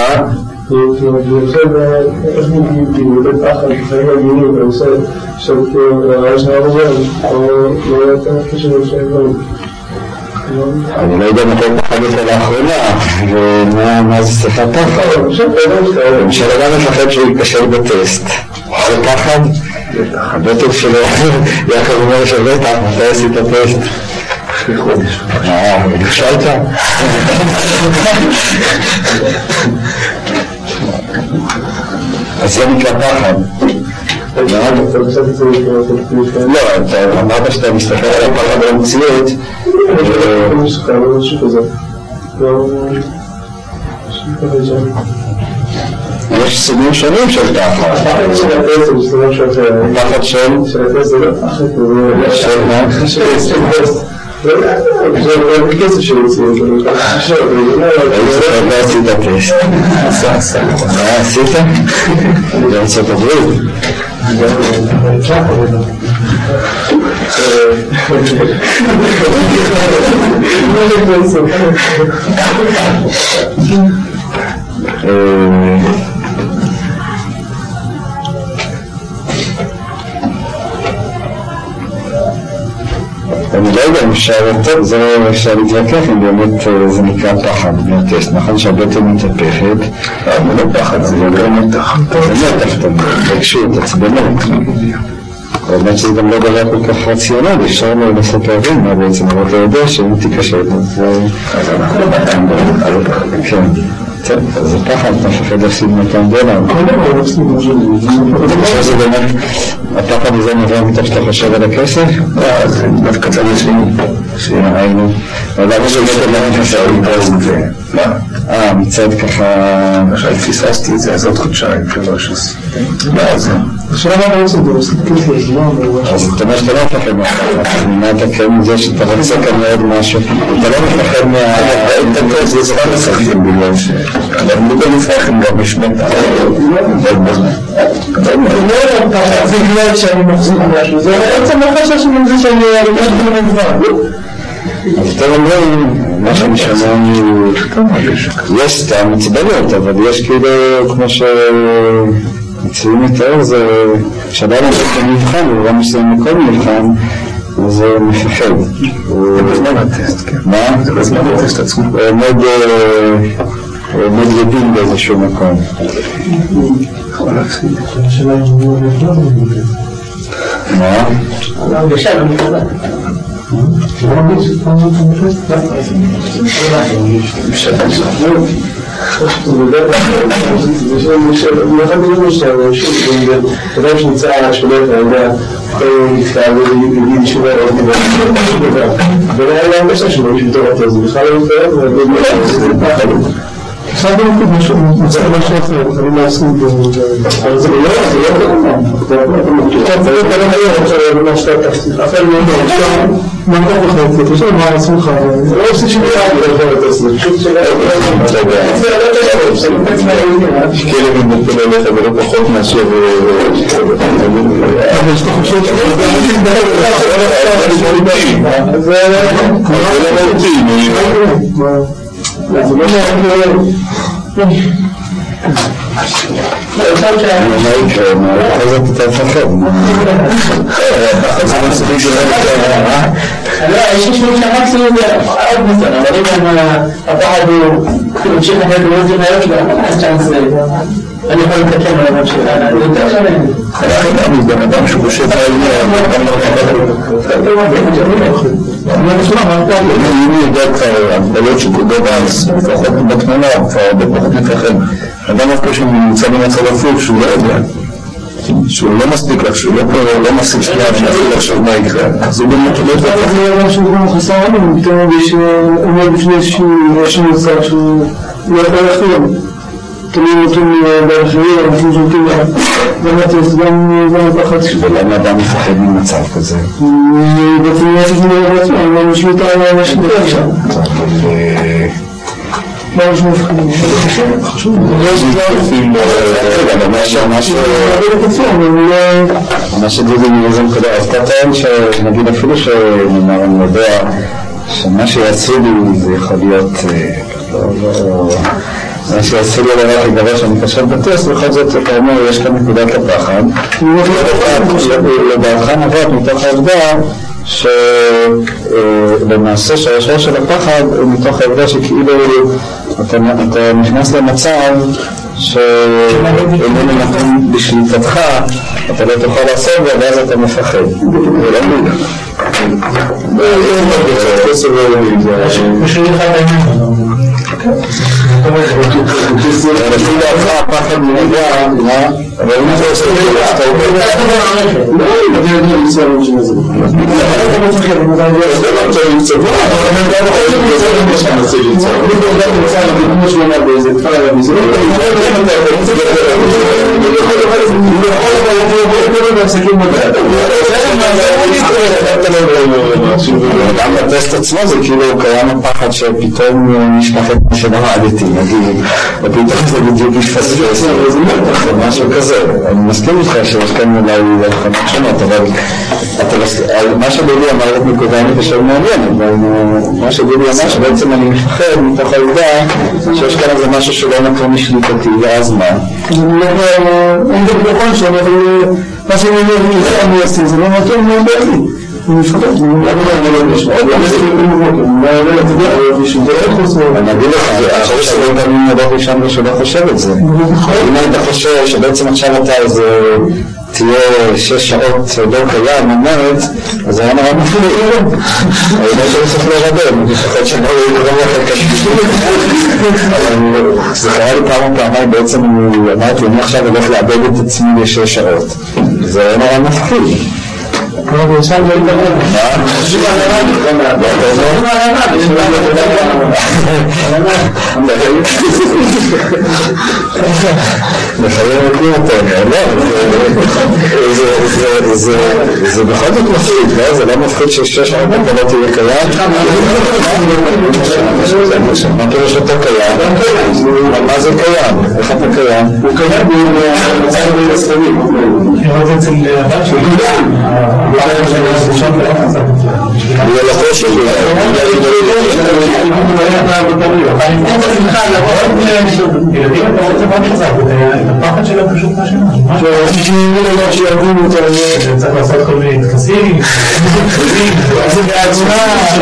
איך נגיד, לתת פחד, חיים הגיונים, אני עושה שהרעש נראה בזה, או לא יותר קשר לשאלות. אני לא יודע מתי פחד אותה לאחרונה, ומה זה סליחה פחד? למשל אדם מפחד שהוא ייכשל בטסט. זה פחד? הבטח שלו, יעקב אומר שבטח, מתי עשית טסט? אחרי חודש. אה, נכשלת? אז זה נקרא פחד. לא, אתה אמרת שאתה מסתכל על הפחד במציאות. אני מסתכל על משהו כזה. יש סוגים שונים של פחד. פחד של הטסט הוא סוגים של פחד של? של הטסט זה לא פחד. של מה? של הטסט. זה לא כסף שיוצאים. איזה הרבה עשית טסט? עשה, עשה. מה עשית? בארצות הברית. אני לא יודע אם אפשר, טוב, זה לא אפשר להתווכח אם באמת זה נקרא פחד מהטסט, נכון שהבטן מתהפכת, אבל לא פחד, זה לא מתח, זה מתח, תרגשות, עצבנות, באמת שזה גם לא דבר כל כך רציונלי, אפשר לא לעשות להבין מה בעצם, אבל אתה יודע שאם תיקשת, אז אנחנו מאתיים דולר, כן, אז זה פחד, אתה מפחד להפסיד מאתיים דולר. זה באמת, הפחד הזה נובע מתוך שאתה חושב על הכסף? לא, זה דווקא צד השני, שהיינו, אבל למה זה באמת לא נכנסה להתרז? מה? אה, מצד ככה... עכשיו תפיססתי את זה, אז עוד חודשיים, פלושס. מה זה? עכשיו מה אני עושה? אתה עושה כסף, אז אתה אומר שאתה לא מפחד מהפחד, מה אתה כן מזה שאתה רוצה כאן מאוד משהו, אתה לא מפחד מה... אתה זה זמן לשחקים בגלל ש... אבל מודע לפחד גם יש מתה. זה בגלל שאני מחזיק משהו, זה בעצם החשש של זה שאני ארגיש במובן. אז אתם אומרים, מה שאני שומע יש סתם מצבלות, אבל יש כאילו, כמו שמציעים יותר, זה כשאדם עושה מבחן, וגם שזה מקום מבחן, אז הוא מפחד. בזמן הטסט, כן. מה? זה בזמן הטסט עצמו. הוא עומד לדין באיזשהו מקום. יכול להפסיד. השאלה אם הוא נפלא בגלל. מה? הוא ישב במקרה. זה לא מרגיש שאתה מרגיש? אפשר לשאול. זה אחד מילים שאתה אדם שנמצא שולט, אני יודע, כל יום נפתע ויגיד שומע עוד דבר ולא היה להם בשביל שמרגיש בתור אותו, זה בכלל לא מתקרב, זה פחד. עכשיו במקום משהו, מצא משהו אחר, אני להסכים בו, אבל זה לא, זה לא כמובן. עכשיו, זה לא כמובן היום, עכשיו מה שאתה תפסיד. אחרי מאוד מאוד, עכשיו, מה אתה בחלטת? עכשיו, מה עשו לך? זה לא עושה שמירה, אני לא יכול לתת זה. פשוט שלא, זה לא תשאר, זה לא תשאר מהעניין. שכאלה מתנפל אליך ולא פחות מאשר... אבל יש לך חושב שזה זה לא מהותי. זה לא מהותי. מה יקרה? מה יקרה? אתה תפחד. זה מספיק שלא לא, יש משמעות שהמקסימום זה עוד בסדר, אבל אם הפחד הוא ממשיך אחרי דמות זה מהירות שלו, אין צ'אנס אני יכול לתקן על אדם שלנו, זה יותר שלנו. אני בן אדם שחושב אם אני יודע כבר הגבלות שגודו בארץ, לפחות בתמונה, כבר בפחות מפחד. אדם אף שהוא נמצא במצב הפוך, שהוא לא יודע. שהוא לא מספיק לך, שהוא לא מספיק שנייה, שנתחיל לחשוב מה יקרה. אז הוא באמת לא יודע. זה דבר שהוא גם חסר עלינו, פתאום יש אומר בפני איזשהו מצב שהוא לא יכול להחתים. תמיד נותנים באחרים, אנשים שולטים באמת, יש גם פחד. ולמה אדם מפחד ממצב כזה? בעצם יש את זה בעצם, אבל משמיטה על השמיטה עכשיו. מה יש מפחדים? חשוב. מה שדודי מרוזן כדאי, אז אתה טוען שנגיד אפילו שנאמר אני יודע שמה שיעשו לי זה יכול להיות מה שיעשו לי לדעת לגבי שאני קשר בטסט, בכל זאת אתה אומר יש כאן נקודת הפחד לדעתך נובעת מתוך העובדה שלמעשה שהראשון של הפחד הוא מתוך העובדה שכאילו אתה נכנס למצב שאיננו נתון בשליטתך, אתה לא תוכל לעשות בו ואז אתה מפחד. זה לא מידה. משהו לך בעניין. לפי דעתך הפחד מנבע, אבל אם זה עושה את זה, אתה אומר לא, אני יודע למצוא לנו שם איזה בחור. אתה לא מפחד, אתה יודע זה לא רוצה למצוא בו. אבל אני יודע למצוא בו. אני יודע למצוא בו. אני יודע למצוא בו. כמו שהוא אמר באיזה תפל עליו מזה. אני יודע למצוא בו. אני יכול לבוא אני יכול לבוא אני להפסקים בגלל. גם בטסט עצמו זה כאילו קיים הפחד שפתאום נשכח את מה שנרעדתי, נגיד, ופתאום זה בדיוק ישפספס, משהו כזה. אני מסכים איתך שיש כאן אולי להבחנות שונות, אבל מה שדודי אמר את נקודה אני חושב מעניין, אבל מה שדודי אמר שבעצם אני מפחד מתוך העובדה שיש כאן איזה משהו שלא נקרא משליטתי, ואז מה? אין זה בכל שם, אבל מה שאני אומר, אני אעשה, זה לא נתון מאוד בעלי. אני מפחד, אני לא יודע, עוד פעם, זה לא אני אגיד לך, אני חושב שלא פעמים נדוח ראשון ושלא חושב את זה. אם היית חושב שבעצם עכשיו אתה איזה תהיה שש שעות לא קיים, אומרת, אז היה נראה מפחיד. אני יודע שאני צריך לרדם, אני חושב שאני לא יקרום לך את קשקשי. אבל זה קרה לי פעם פעמיים, בעצם אמרתי, אני עכשיו הולך לאבד את עצמי לשש שעות. זה היה נראה מפחיד. אבל עכשיו לא יתברר. מה? חשוב על הרב. חשוב על הרב. חשוב על הרב. לחיים אותי אותו, לא? זה בכל זאת מפחיד, לא? זה לא מפחיד ששש שעות אתה לא תהיה קיים? מה קורה שאתה קיים? מה זה קיים? איך אתה קיים? הוא קיים במצב הסלמי. אבל זה אצל הבת שלי. אני על החור שלי. ילדים אתה רוצה מה נרצה, את הפחד שלו פשוט מה שמה. שירדים אותה. צריך לעשות כל מיני תקסים, זה בעצמה.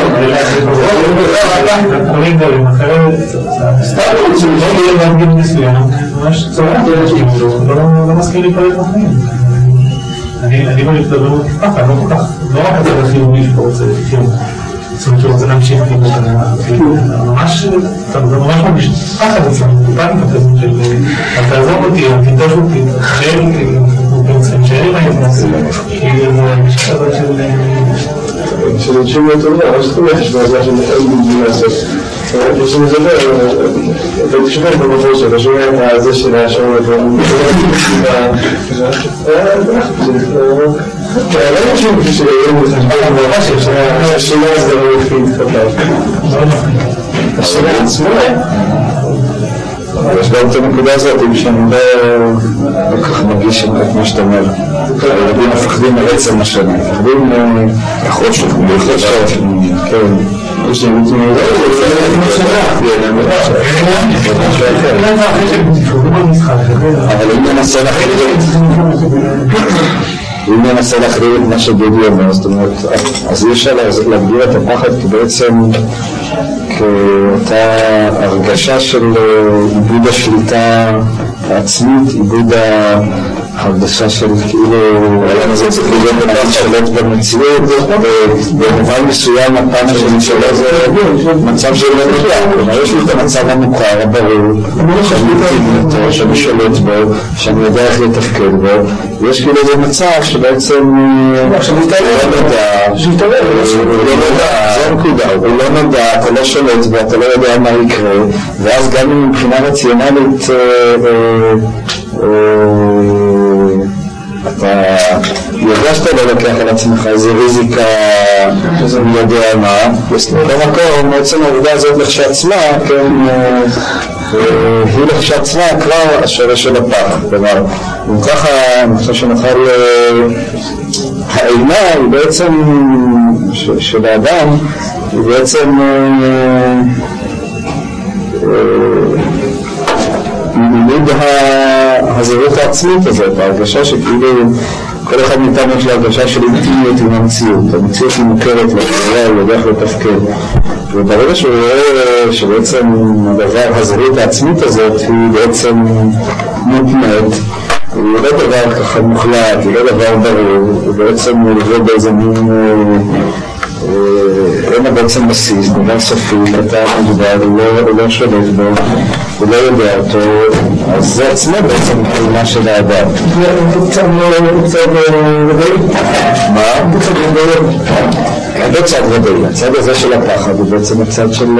דברים דברים, אחרת סתם לא יהיה להגיד מסוים, ממש צורח, לא מזכיר לי פרק בחיים. אני לא מתדבר מפחד, לא כל כך, לא רק הצד החיובי שפה רוצה לחיות, זאת אומרת שרוצה להמשיך כאילו, ממש, זה ממש מרגיש פחד אצלנו, פאניקה כזאת של, אז תעזור אותי, תנטוש אותי, תחשב אותי, אנחנו צריכים שאלה מה יתנצל, כאילו זה מרגיש כזאת של... שזה תשוב להיות טובה, אבל שאתה לא חשבה על מה שאין בלי לעשות. כשאני מדבר, אתה תשמע במחור שאתה שומע את זה של השעון הדברים. לא חושב שיום לחשבון שהשאלה הזה לא מפחיד כתב. השאלה עצמה? יש גם את הנקודה הזאת, אם שאני לא כך מרגיש את מה שאתה אומר. הילדים מפחדים מעצם השנה, מפחדים לחושך, לחושך, כן. יש להם את זה, אבל אם ננסה להחליט, אם ננסה להחליט את מה שדודי אומר, זאת אומרת, אז אי אפשר להגדיר את הפחד כי בעצם כאותה הרגשה של איבוד השליטה העצמית, איבוד ההרגשה של כאילו זה צריך להיות בפן שלט במציאות, ובמובן מסוים הפן השני שלו זה מצב של מוכר, כלומר יש לי את המצב המוכר, הברור, שאני מתאים אותו, שאני שולט בו, שאני יודע איך לתפקד בו, יש כאילו איזה מצב שבעצם הוא לא נודע, זה הנקודה, הוא לא נודע, אתה לא שולט ואתה לא יודע מה יקרה, ואז גם אם מבחינה רציונלית אתה יודע שאתה לא לוקח על עצמך איזה ריזיקה, אני יודע מה, במקום, בעצם העובדה הזאת לכשעצמה, היא לכשעצמה כבר השורש של הפחד. כלומר, אם ככה, אני חושב שנוכל, האימה היא בעצם, של האדם, היא בעצם לימוד הזהות העצמית הזאת, ההרגשה שכאילו כל אחד מאיתנו יש לה הרגשה של אינטימיות עם המציאות. המציאות היא מוכרת לחברה, הוא יודע איך לתפקד. וברגע שהוא רואה שבעצם הדבר, הזהות העצמית הזאת היא בעצם מותנית, הוא לא דבר ככה מוחלט, הוא לא דבר ברור, הוא בעצם עובד באיזה מין אין לה בעצם בסיס, דבר סופי, קטן, מוגבל, הוא לא שולט בו, הוא לא יודע אותו, אז זה עצמו בעצם תאונה של האדם. זה קצת ודאי? מה? לא צד ודאי, הצד הזה של הפחד הוא בעצם הצד של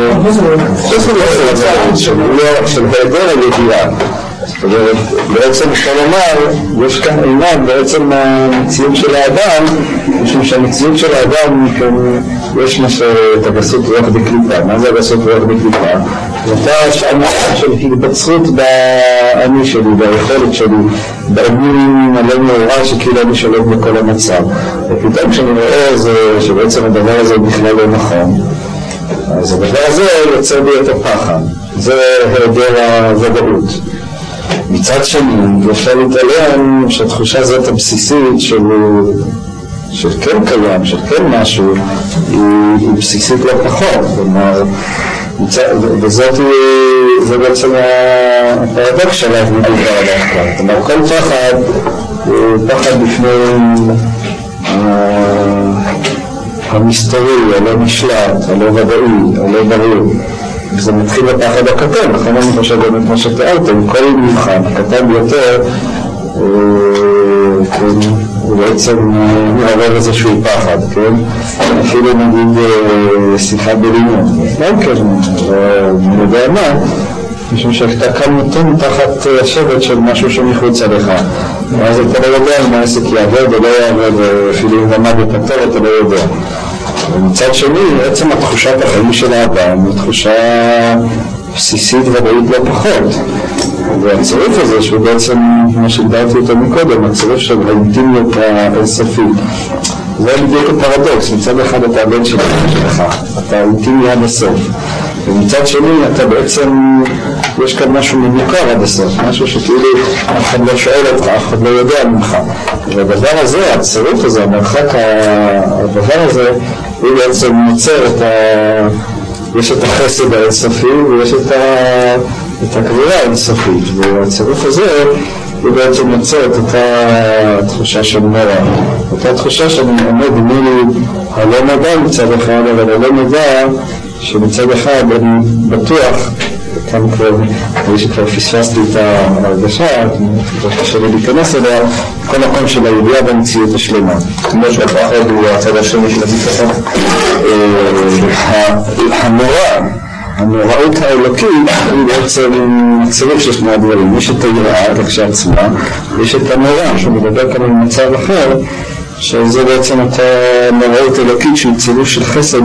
של היעדר הידיעה. בעצם אפשר לומר, יש כאן אימה בעצם המציאות של האדם, משום שהמציאות של האדם יש מה שאת הגסות רוח בקליפה. מה זה הגסות רוח בקליפה? זאת השענה של התבצרות באני שלי, ביכולת שלי, באמון מלא מאורע שכאילו אני שולט בכל המצב. ופתאום כשאני רואה זה שבעצם הדבר הזה בכלל לא נכון, אז הדבר הזה יוצא בי את הפחד, זה היעדר הוודאות. מצד שני, אפשר להתעלם שהתחושה הזאת הבסיסית של, של כן קיים, של כן משהו, היא, היא בסיסית לא פחות. כלומר, וזאת זה בעצם הפרדוקס שלה מדובר עליו כאן. כלומר, כל פחד הוא פחד בפני המסתורי, הלא נשלט, הלא ודאי, הלא ברור. זה מתחיל בפחד הקטן, לכן אני חושב באמת מה שתיארתם, כל מבחן, הקטן ביותר, הוא בעצם מעורר איזשהו פחד, כן? אפילו נגיד שיחה בלימון, גם כן, אני יודע מה, משום שאתה כאן נותן תחת השבט של משהו שמחוץ עליך, אז אתה לא יודע אם העסק יעבוד או לא יעבוד, אפילו אם למד את התור אתה לא יודע. ומצד שני, בעצם התחושת החיים של האדם היא תחושה בסיסית ודאית לא פחות. והצירוף הזה, שהוא בעצם, כמו שהגדרתי אותו מקודם, הצירוף של האינטימיות האינסופית. זה בדיוק הפרדוקס, מצד אחד אתה הבן שלך, אתה אינטימי עד הסוף. ומצד שני, אתה בעצם, יש כאן משהו ממוכר עד הסוף, משהו שכאילו אף אחד לא שואל אותך, אף אחד לא יודע ממך. והדבר הזה, הצירוף הזה, המרחק, הדבר הזה, הוא בעצם יוצר את ה... יש את החסד האינסופי ויש את, ה... את הקבירה האינסופית, והצירוף הזה הוא בעצם יוצר את אותה תחושה של מרע, אותה תחושה שאני עומד מול הלא נדע מצד אחד, אבל הלא נדע שמצד אחד אני בטוח כאן כבר, אני שכבר פספסתי את ההרגשה, כבר קשה לי להיכנס אליה, כל מקום של הידיעה במציאות השלמה. כמו שהפחד הוא הצד השני של הביטחון. הנורא, הנוראות האלוקית היא בעצם צירוף של שני הדברים. יש את היראה, כשלעצמה, יש את הנורא, שהוא מדבר כאן על מצב אחר, שזה בעצם את הנוראות האלוקית של צירוף של חסד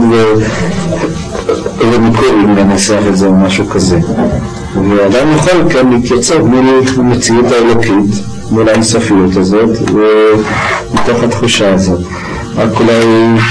ומקור, אם ננסח את זה או משהו כזה. ואדם יכול כאן להתייצב מול המציאות האלוקית, מול האינסופיות הזאת, ומתוך התחושה הזאת. רק אולי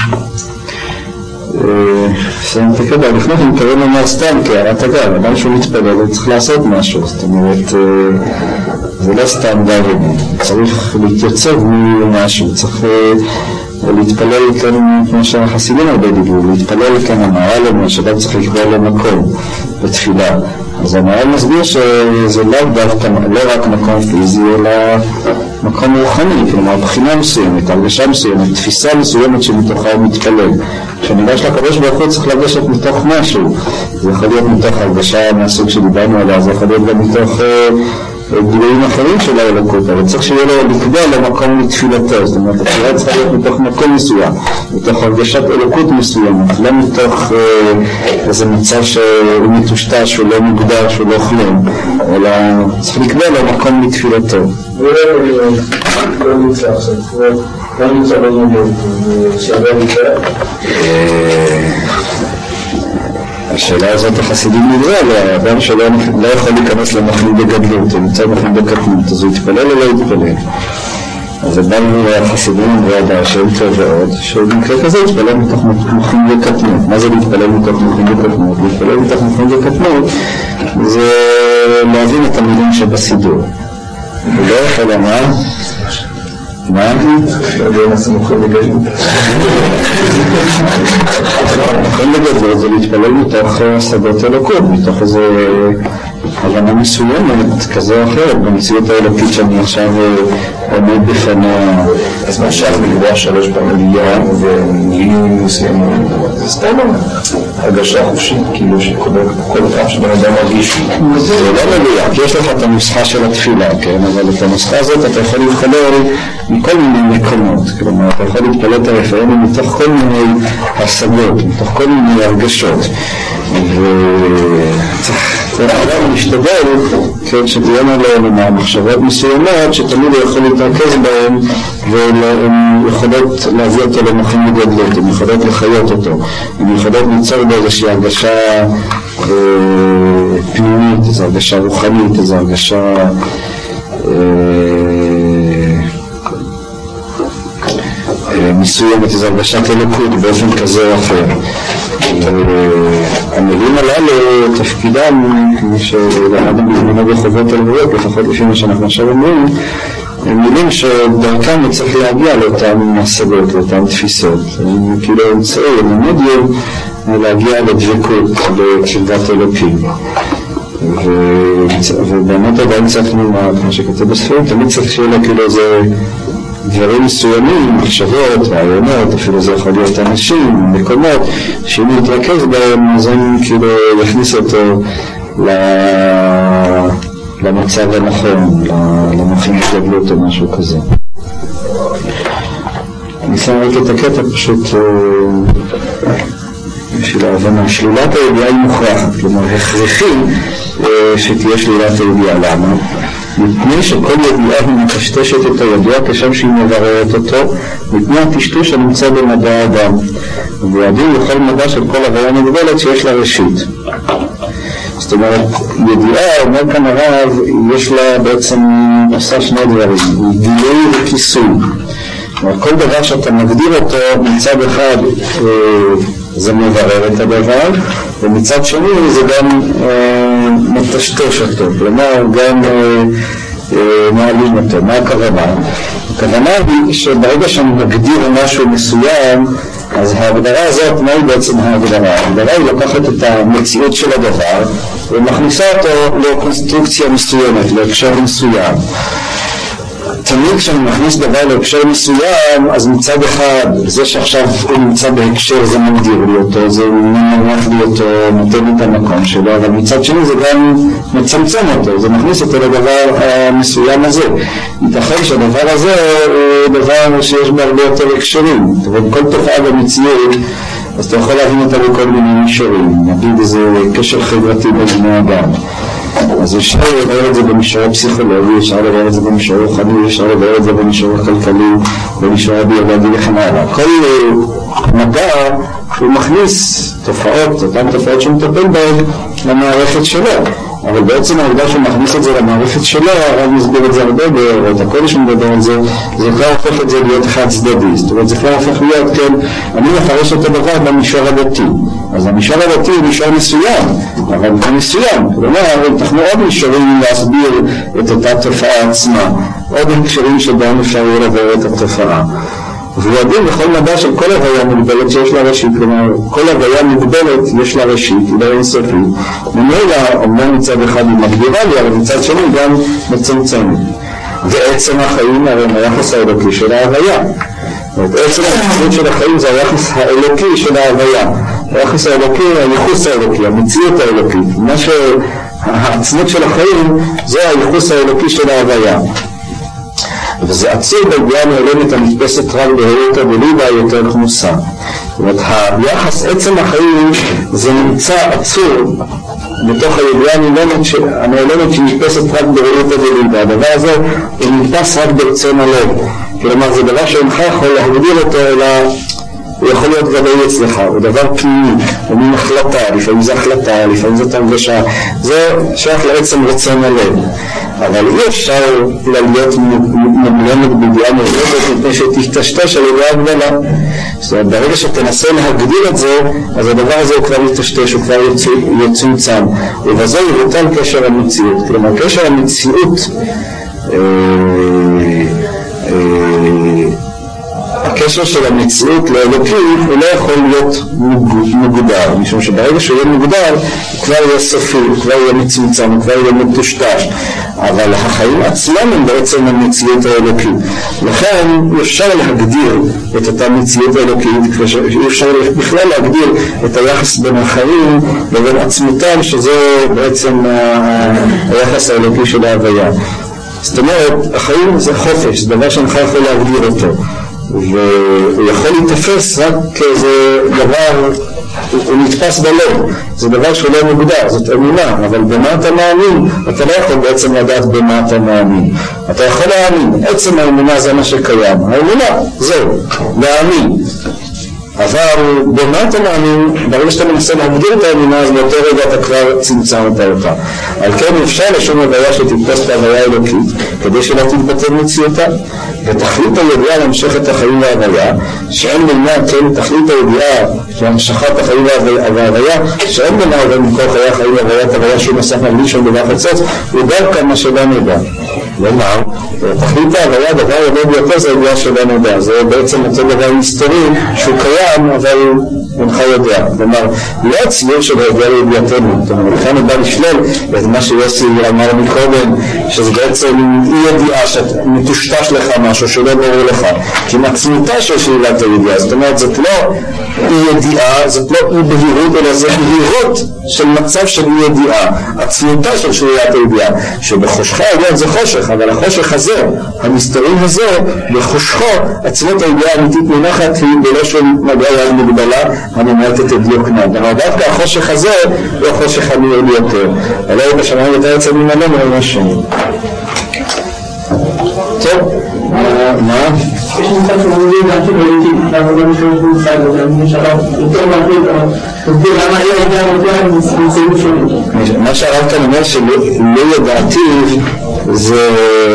סיים את הקדע, לפני כן קוראים לומר סתם כהערת אגב, אדם שהוא מתפלל, הוא צריך לעשות משהו, זאת אומרת, זה לא סתם דברים, צריך להתייצב ממשהו, צריך להתפלל כאן, כמו שהחסידים הרבה דיברו, להתפלל כאן המהר"ל אומר, שאדם צריך לקבוע לו מקום בתפילה. אז המהר"ל מסביר שזה לא דווקא, לא רק מקום פיזי, אלא מקום רוחני, כלומר בחינה מסוימת, הרגשה מסוימת, תפיסה מסוימת שמתוכה הוא מתפלל. כשניגש לקדוש ברוך הוא צריך לגשת מתוך משהו, זה יכול להיות מתוך הרגשה מהסוג שדיברנו עליה, זה יכול להיות גם מתוך גילויים אחרים של האלוקות, אבל צריך שיהיה לו לקבוע למקום לתפילתו, זאת אומרת, התפילה צריכה להיות מתוך מקום מסוים, מתוך הרגשת אלוקות מסוימת, לא מתוך אה, איזה מצב שהוא מטושטש, שהוא לא מוגדר, שהוא לא כלום, אלא צריך לקבוע למקום לתפילתו. לא נמצא עכשיו, לא נמצא בנוגעים, שעבר נמצא? השאלה הזאת החסידים נדרה, האדם שלא לא יכול להיכנס למחנה בגדלות, הוא נמצא במחנה בקטנות, אז הוא יתפלל או לא יתפלל. אז אדם החסידים והדעה שהם ועוד, שבמקרה כזה יתפלל מתוך מחנה בקטנות. מה זה להתפלל מתוך מחנה בקטנות? להתפלל מתוך מחנה בקטנות זה להבין את המילים שבסידור. הוא לא יכול לומר, מה? לא נעשה מוכן לגדלות. מוכן לגדלות זה להתפלל מתוך שדות אלוקות, מתוך איזו הבנה מסוימת כזה או אחרת, במציאות האלוקית שאני עכשיו עומד בפניה. אז מה שאף מגבוע שלוש במליאה ומילים מסוימים, זה סתם הרגשה חופשית, כאילו שכל פעם שבן אדם מרגיש. זה לא מדויק, יש לך את הנוסחה של התפילה, כן? אבל את הנוסחה הזאת אתה יכול להתפלל מכל מיני מקומות, כלומר אתה יכול להתפלל את הרפאים מתוך כל מיני השגות, מתוך כל מיני הרגשות, וצריך אדם להשתדל שתהיינה להם מחשבות מסוימות שתמיד הוא יכול להתרכז בהן והן יכולות להביא אותו למחנה גדלות, הן יכולות לחיות אותו, הן יכולות ליצור באיזושהי הרגשה פנימית, איזו הרגשה רוחנית, איזו הרגשה מסוימת, איזו הרגשת אלוקות באופן כזה או אחר. המילים הללו תפקידם, כמו שלמדנו בזמנו בחובות הלבויות, לפחות לפי מה שאנחנו עכשיו אומרים, הם מילים שדרכם צריך להגיע לאותן השגות, לאותן תפיסות. הם כאילו אמצעי, הם מדיום להגיע לדבקות, לקרבת אלוקים. ובאמת עדיין צריך לומר, כמו שכתוב בספרים, תמיד צריך שיהיה לה כאילו איזה דברים מסוימים, מחשבות, רעיונות, אפילו זה יכול להיות אנשים, מקומות, שאם הוא יתרכז בהם, אז הם כאילו יכניס אותו למצב הנכון, למחים גדלות או משהו כזה. אני שם רק את הקטע פשוט בשביל ההבנה. שלילת הידיעה היא מוכרחת, כלומר הכרחי שתהיה שלילת הידיעה. למה? מפני שכל ידיעה היא מטשטשת את הידיעה כשם שהיא מבררת אותו, מפני הטשטוש הנמצא במדע האדם, וידעים לכל מדע של כל הוויה מוגבלת שיש לה ראשית. זאת אומרת, ידיעה, אומר כאן הרב, יש לה בעצם עושה שני דברים, גילוי וכיסוי. כל דבר שאתה מגדיר אותו מצד אחד זה מברר את הדבר, ומצד שני זה גם מטשטש אותו, כלומר גם מעלים אותו. מה הכוונה? הכוונה היא שברגע שאני מגדיר משהו מסוים, אז ההגדרה הזאת, מה היא בעצם ההגדרה? ההגדרה היא לוקחת את המציאות של הדבר ומכניסה אותו לקונסטרוקציה מסוימת, להקשר מסוים. תמיד כשאני מכניס דבר להקשר מסוים, אז מצד אחד, זה שעכשיו הוא נמצא בהקשר זה מגדיר לי אותו, זה מנח לי אותו, נותן לי את המקום שלו, אבל מצד שני זה גם מצמצם אותו, זה מכניס אותו לדבר המסוים הזה. ייתכן שהדבר הזה הוא דבר שיש בה הרבה יותר הקשרים, וכל תופעה במציאות, אז אתה יכול להבין אותה בכל מיני מישורים, נגיד איזה קשר חברתי בין בני אדם. אז אפשר לברר את זה במישור הפסיכולוגי, אפשר לברר את זה במישור רוחני, אפשר לברר את זה במישור הכלכלי, במישור הביולוגי וכן הלאה. כל מדע הוא מכניס תופעות, אותן תופעות שהוא מטפל בהן למערכת שלו, אבל בעצם העובדה שהוא מכניס את זה למערכת שלו, הרב מסביר את זה הרבה באורות הקודש מדבר על זה, זה כבר הופך את זה להיות חד צדדי, זאת אומרת זה כבר הופך להיות, כן, אני מפרש אותו דבר במישור הדתי, אז המישור הדתי הוא מישור מסוים, אבל הוא מסוים, כלומר, אנחנו עוד מישורים להסביר את אותה תופעה עצמה, עוד מישורים שבהם אפשר לברר את התופעה. והוא הדין בכל מדע של כל הוויה מוגבלת שיש לה ראשית, כלומר כל הוויה מוגבלת יש לה ראשית, היא לא אינסופית, ממילא אומנם מצד אחד היא מגדירה לי, אבל מצד שני גם מצמצמת. ועצם החיים הרי היחס האלוקי של ההוויה, עצם החיים של החיים זה היחס האלוקי של ההוויה, היחס האלוקי, הייחוס האלוקי, המציאות האלוקית, מה שהעצמות של החיים זה הייחוס האלוקי של ההוויה. וזה עצור בידיעה נעלמת הנתפסת רק בהיותה בליבה יותר כמוסה. זאת אומרת, היחס עצם החיים זה נמצא עצור בתוך הידיעה הנעלמת שנתפסת רק בהיותה בליבה. הדבר הזה הוא נתפס רק ברצון הלב. כלומר, זה דבר שאינך יכול להגדיר אותו, אלא הוא יכול להיות גדול אצלך, הוא דבר פנימי, הוא מין החלטה, לפעמים זה החלטה, לפעמים זאת הרגשה, זה שייך לעצם רצון הלב. אבל אי אפשר להיות ממולמת בידיעה מובנת מפני שתשתש על ידי הגדלה. זאת אומרת, ברגע שתנסה להגדיר את זה, אז הדבר הזה הוא כבר יתשתש, הוא כבר יצומצם, ובזה יבוטל קשר המציאות. כלומר, קשר המציאות אה, אה, הקשר של המציאות לאלוקי הוא לא יכול להיות מגודר, משום שברגע שהוא יהיה מגודר הוא כבר יהיה סופי, הוא כבר יהיה מצומצם, הוא כבר יהיה מטושטש, אבל החיים עצמם הם בעצם המציאות האלוקית. לכן אפשר להגדיר את אותה מציאות האלוקית, אפשר בכלל להגדיר את היחס בין החיים לבין עצמותם, שזה בעצם היחס האלוקי של ההוויה. זאת אומרת, החיים זה חופש, זה דבר שאינך יכול להגדיר אותו, והוא יכול להתאפס רק כאיזה דבר, הוא נתפס בלב, זה דבר שהוא לא מוגדר, זאת אמונה, אבל במה אתה מאמין, אתה לא יכול בעצם לדעת במה אתה מאמין. אתה יכול להאמין, עצם האמונה זה מה שקיים, האמונה, זהו, להאמין. אבל במה אתה מאמין, ברגע שאתה מנסה להגדיר את האמונה, אז באותו רגע אתה כבר צמצמת אותה. על כן אפשר לשום הוויה שתתפוס את ההוויה האלוקית, כדי שלא תתבטל מציאותה. ותכלית הידיעה להמשך את החיים וההוויה, שאין מנה, כן, תכלית הידיעה להמשכת החיים וההוויה, שאין מנה אבל מכל חיי החיים וההוויית הוויה שהוא מסך מבלי שום דבר חצץ, הוא דווקא מה שלא נדע. לומר, תכלית ההוויה, דבר ידע ביותר זה הידיעה שלא נדע. זה בעצם אותו דבר היסטורי שהוא קיים, אבל אינך יודע. כלומר, לא הציור של הידיעה לידיעתנו. זאת אומרת, לכן הוא בא לשלול את מה שיוסי אמר מקודם, שזה בעצם אי ידיעה שמטושטש לך משהו שלא ברור לך. כי מעצמותה של שאלת הידיעה, זאת אומרת, זאת לא אי ידיעה, זאת לא אי בהירות, אלא זאת בהירות של מצב של אי ידיעה. עצמותה של שאלת הידיעה, שבחושך העליון זה חושך, אבל החושך הזה, המסתרים הזה, בחושכו, עצמות הידיעה האמיתית מונחת היא בלא של מדע יד מגבלה, הממעטת את דיוקנה. אבל דווקא החושך הזה הוא החושך המיועד יותר. אלא הוא בשמיים יותר יצא ממנו ממש שני. טוב, מה? יש מצב שמוביל גם שבאיתי, למה לא משתמש במצב הזה, אני שרב, יותר מעביד, תסביר למה אי הידיעה מופיעה במצבים שונים. מה שהרב כאן אומר שלא ידעתי, זה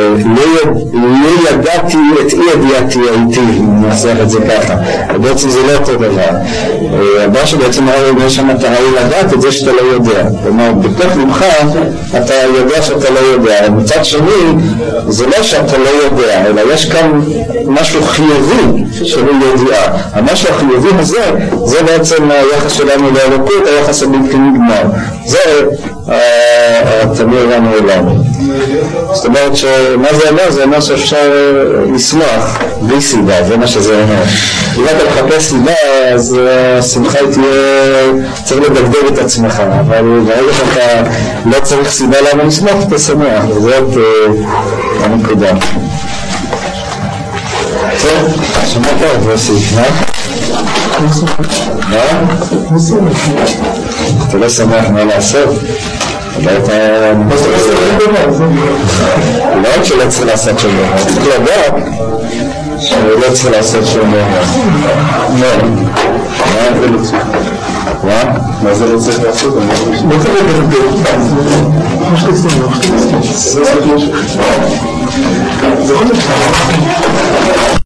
לא ידעתי את אי ידיעתי הייתי, אם נעשה את זה ככה. בעצם זה לא אותו דבר. הבא שבעצם הרב אומר שהמטרה היא לדעת את זה שאתה לא יודע. כלומר, בתוך לבך אתה יודע שאתה לא יודע. מצד שני, זה לא שאתה לא יודע, אלא יש כאן משהו חיובי שהוא ידיעה. המשהו החיובי הזה, זה בעצם היחס שלנו לאלוקות, היחס הבלתי נגמר. זה תמיר לנו אלינו. זאת אומרת שמה זה אומר? זה אומר שאפשר לשמוח בלי סיבה, זה מה שזה אומר. אם אתה מחפש סיבה, אז השמחה תהיה, צריך לדגדג את עצמך, אבל ברגע שאתה לא צריך סיבה למה לשמוח, אתה שמח, וזאת הנקודה. טוב, שמעת עוד להוסיף, מה? מה? אתה לא שמח מה לעשות? לא רק שלא צריך לעשות שום דבר, צריך לדעת שלא צריך לעשות שום דבר. מה? מה זה לא צריך לעשות? לא צריך לדעת. מה שתעשו? מה שתעשו? זה עוד אפשר.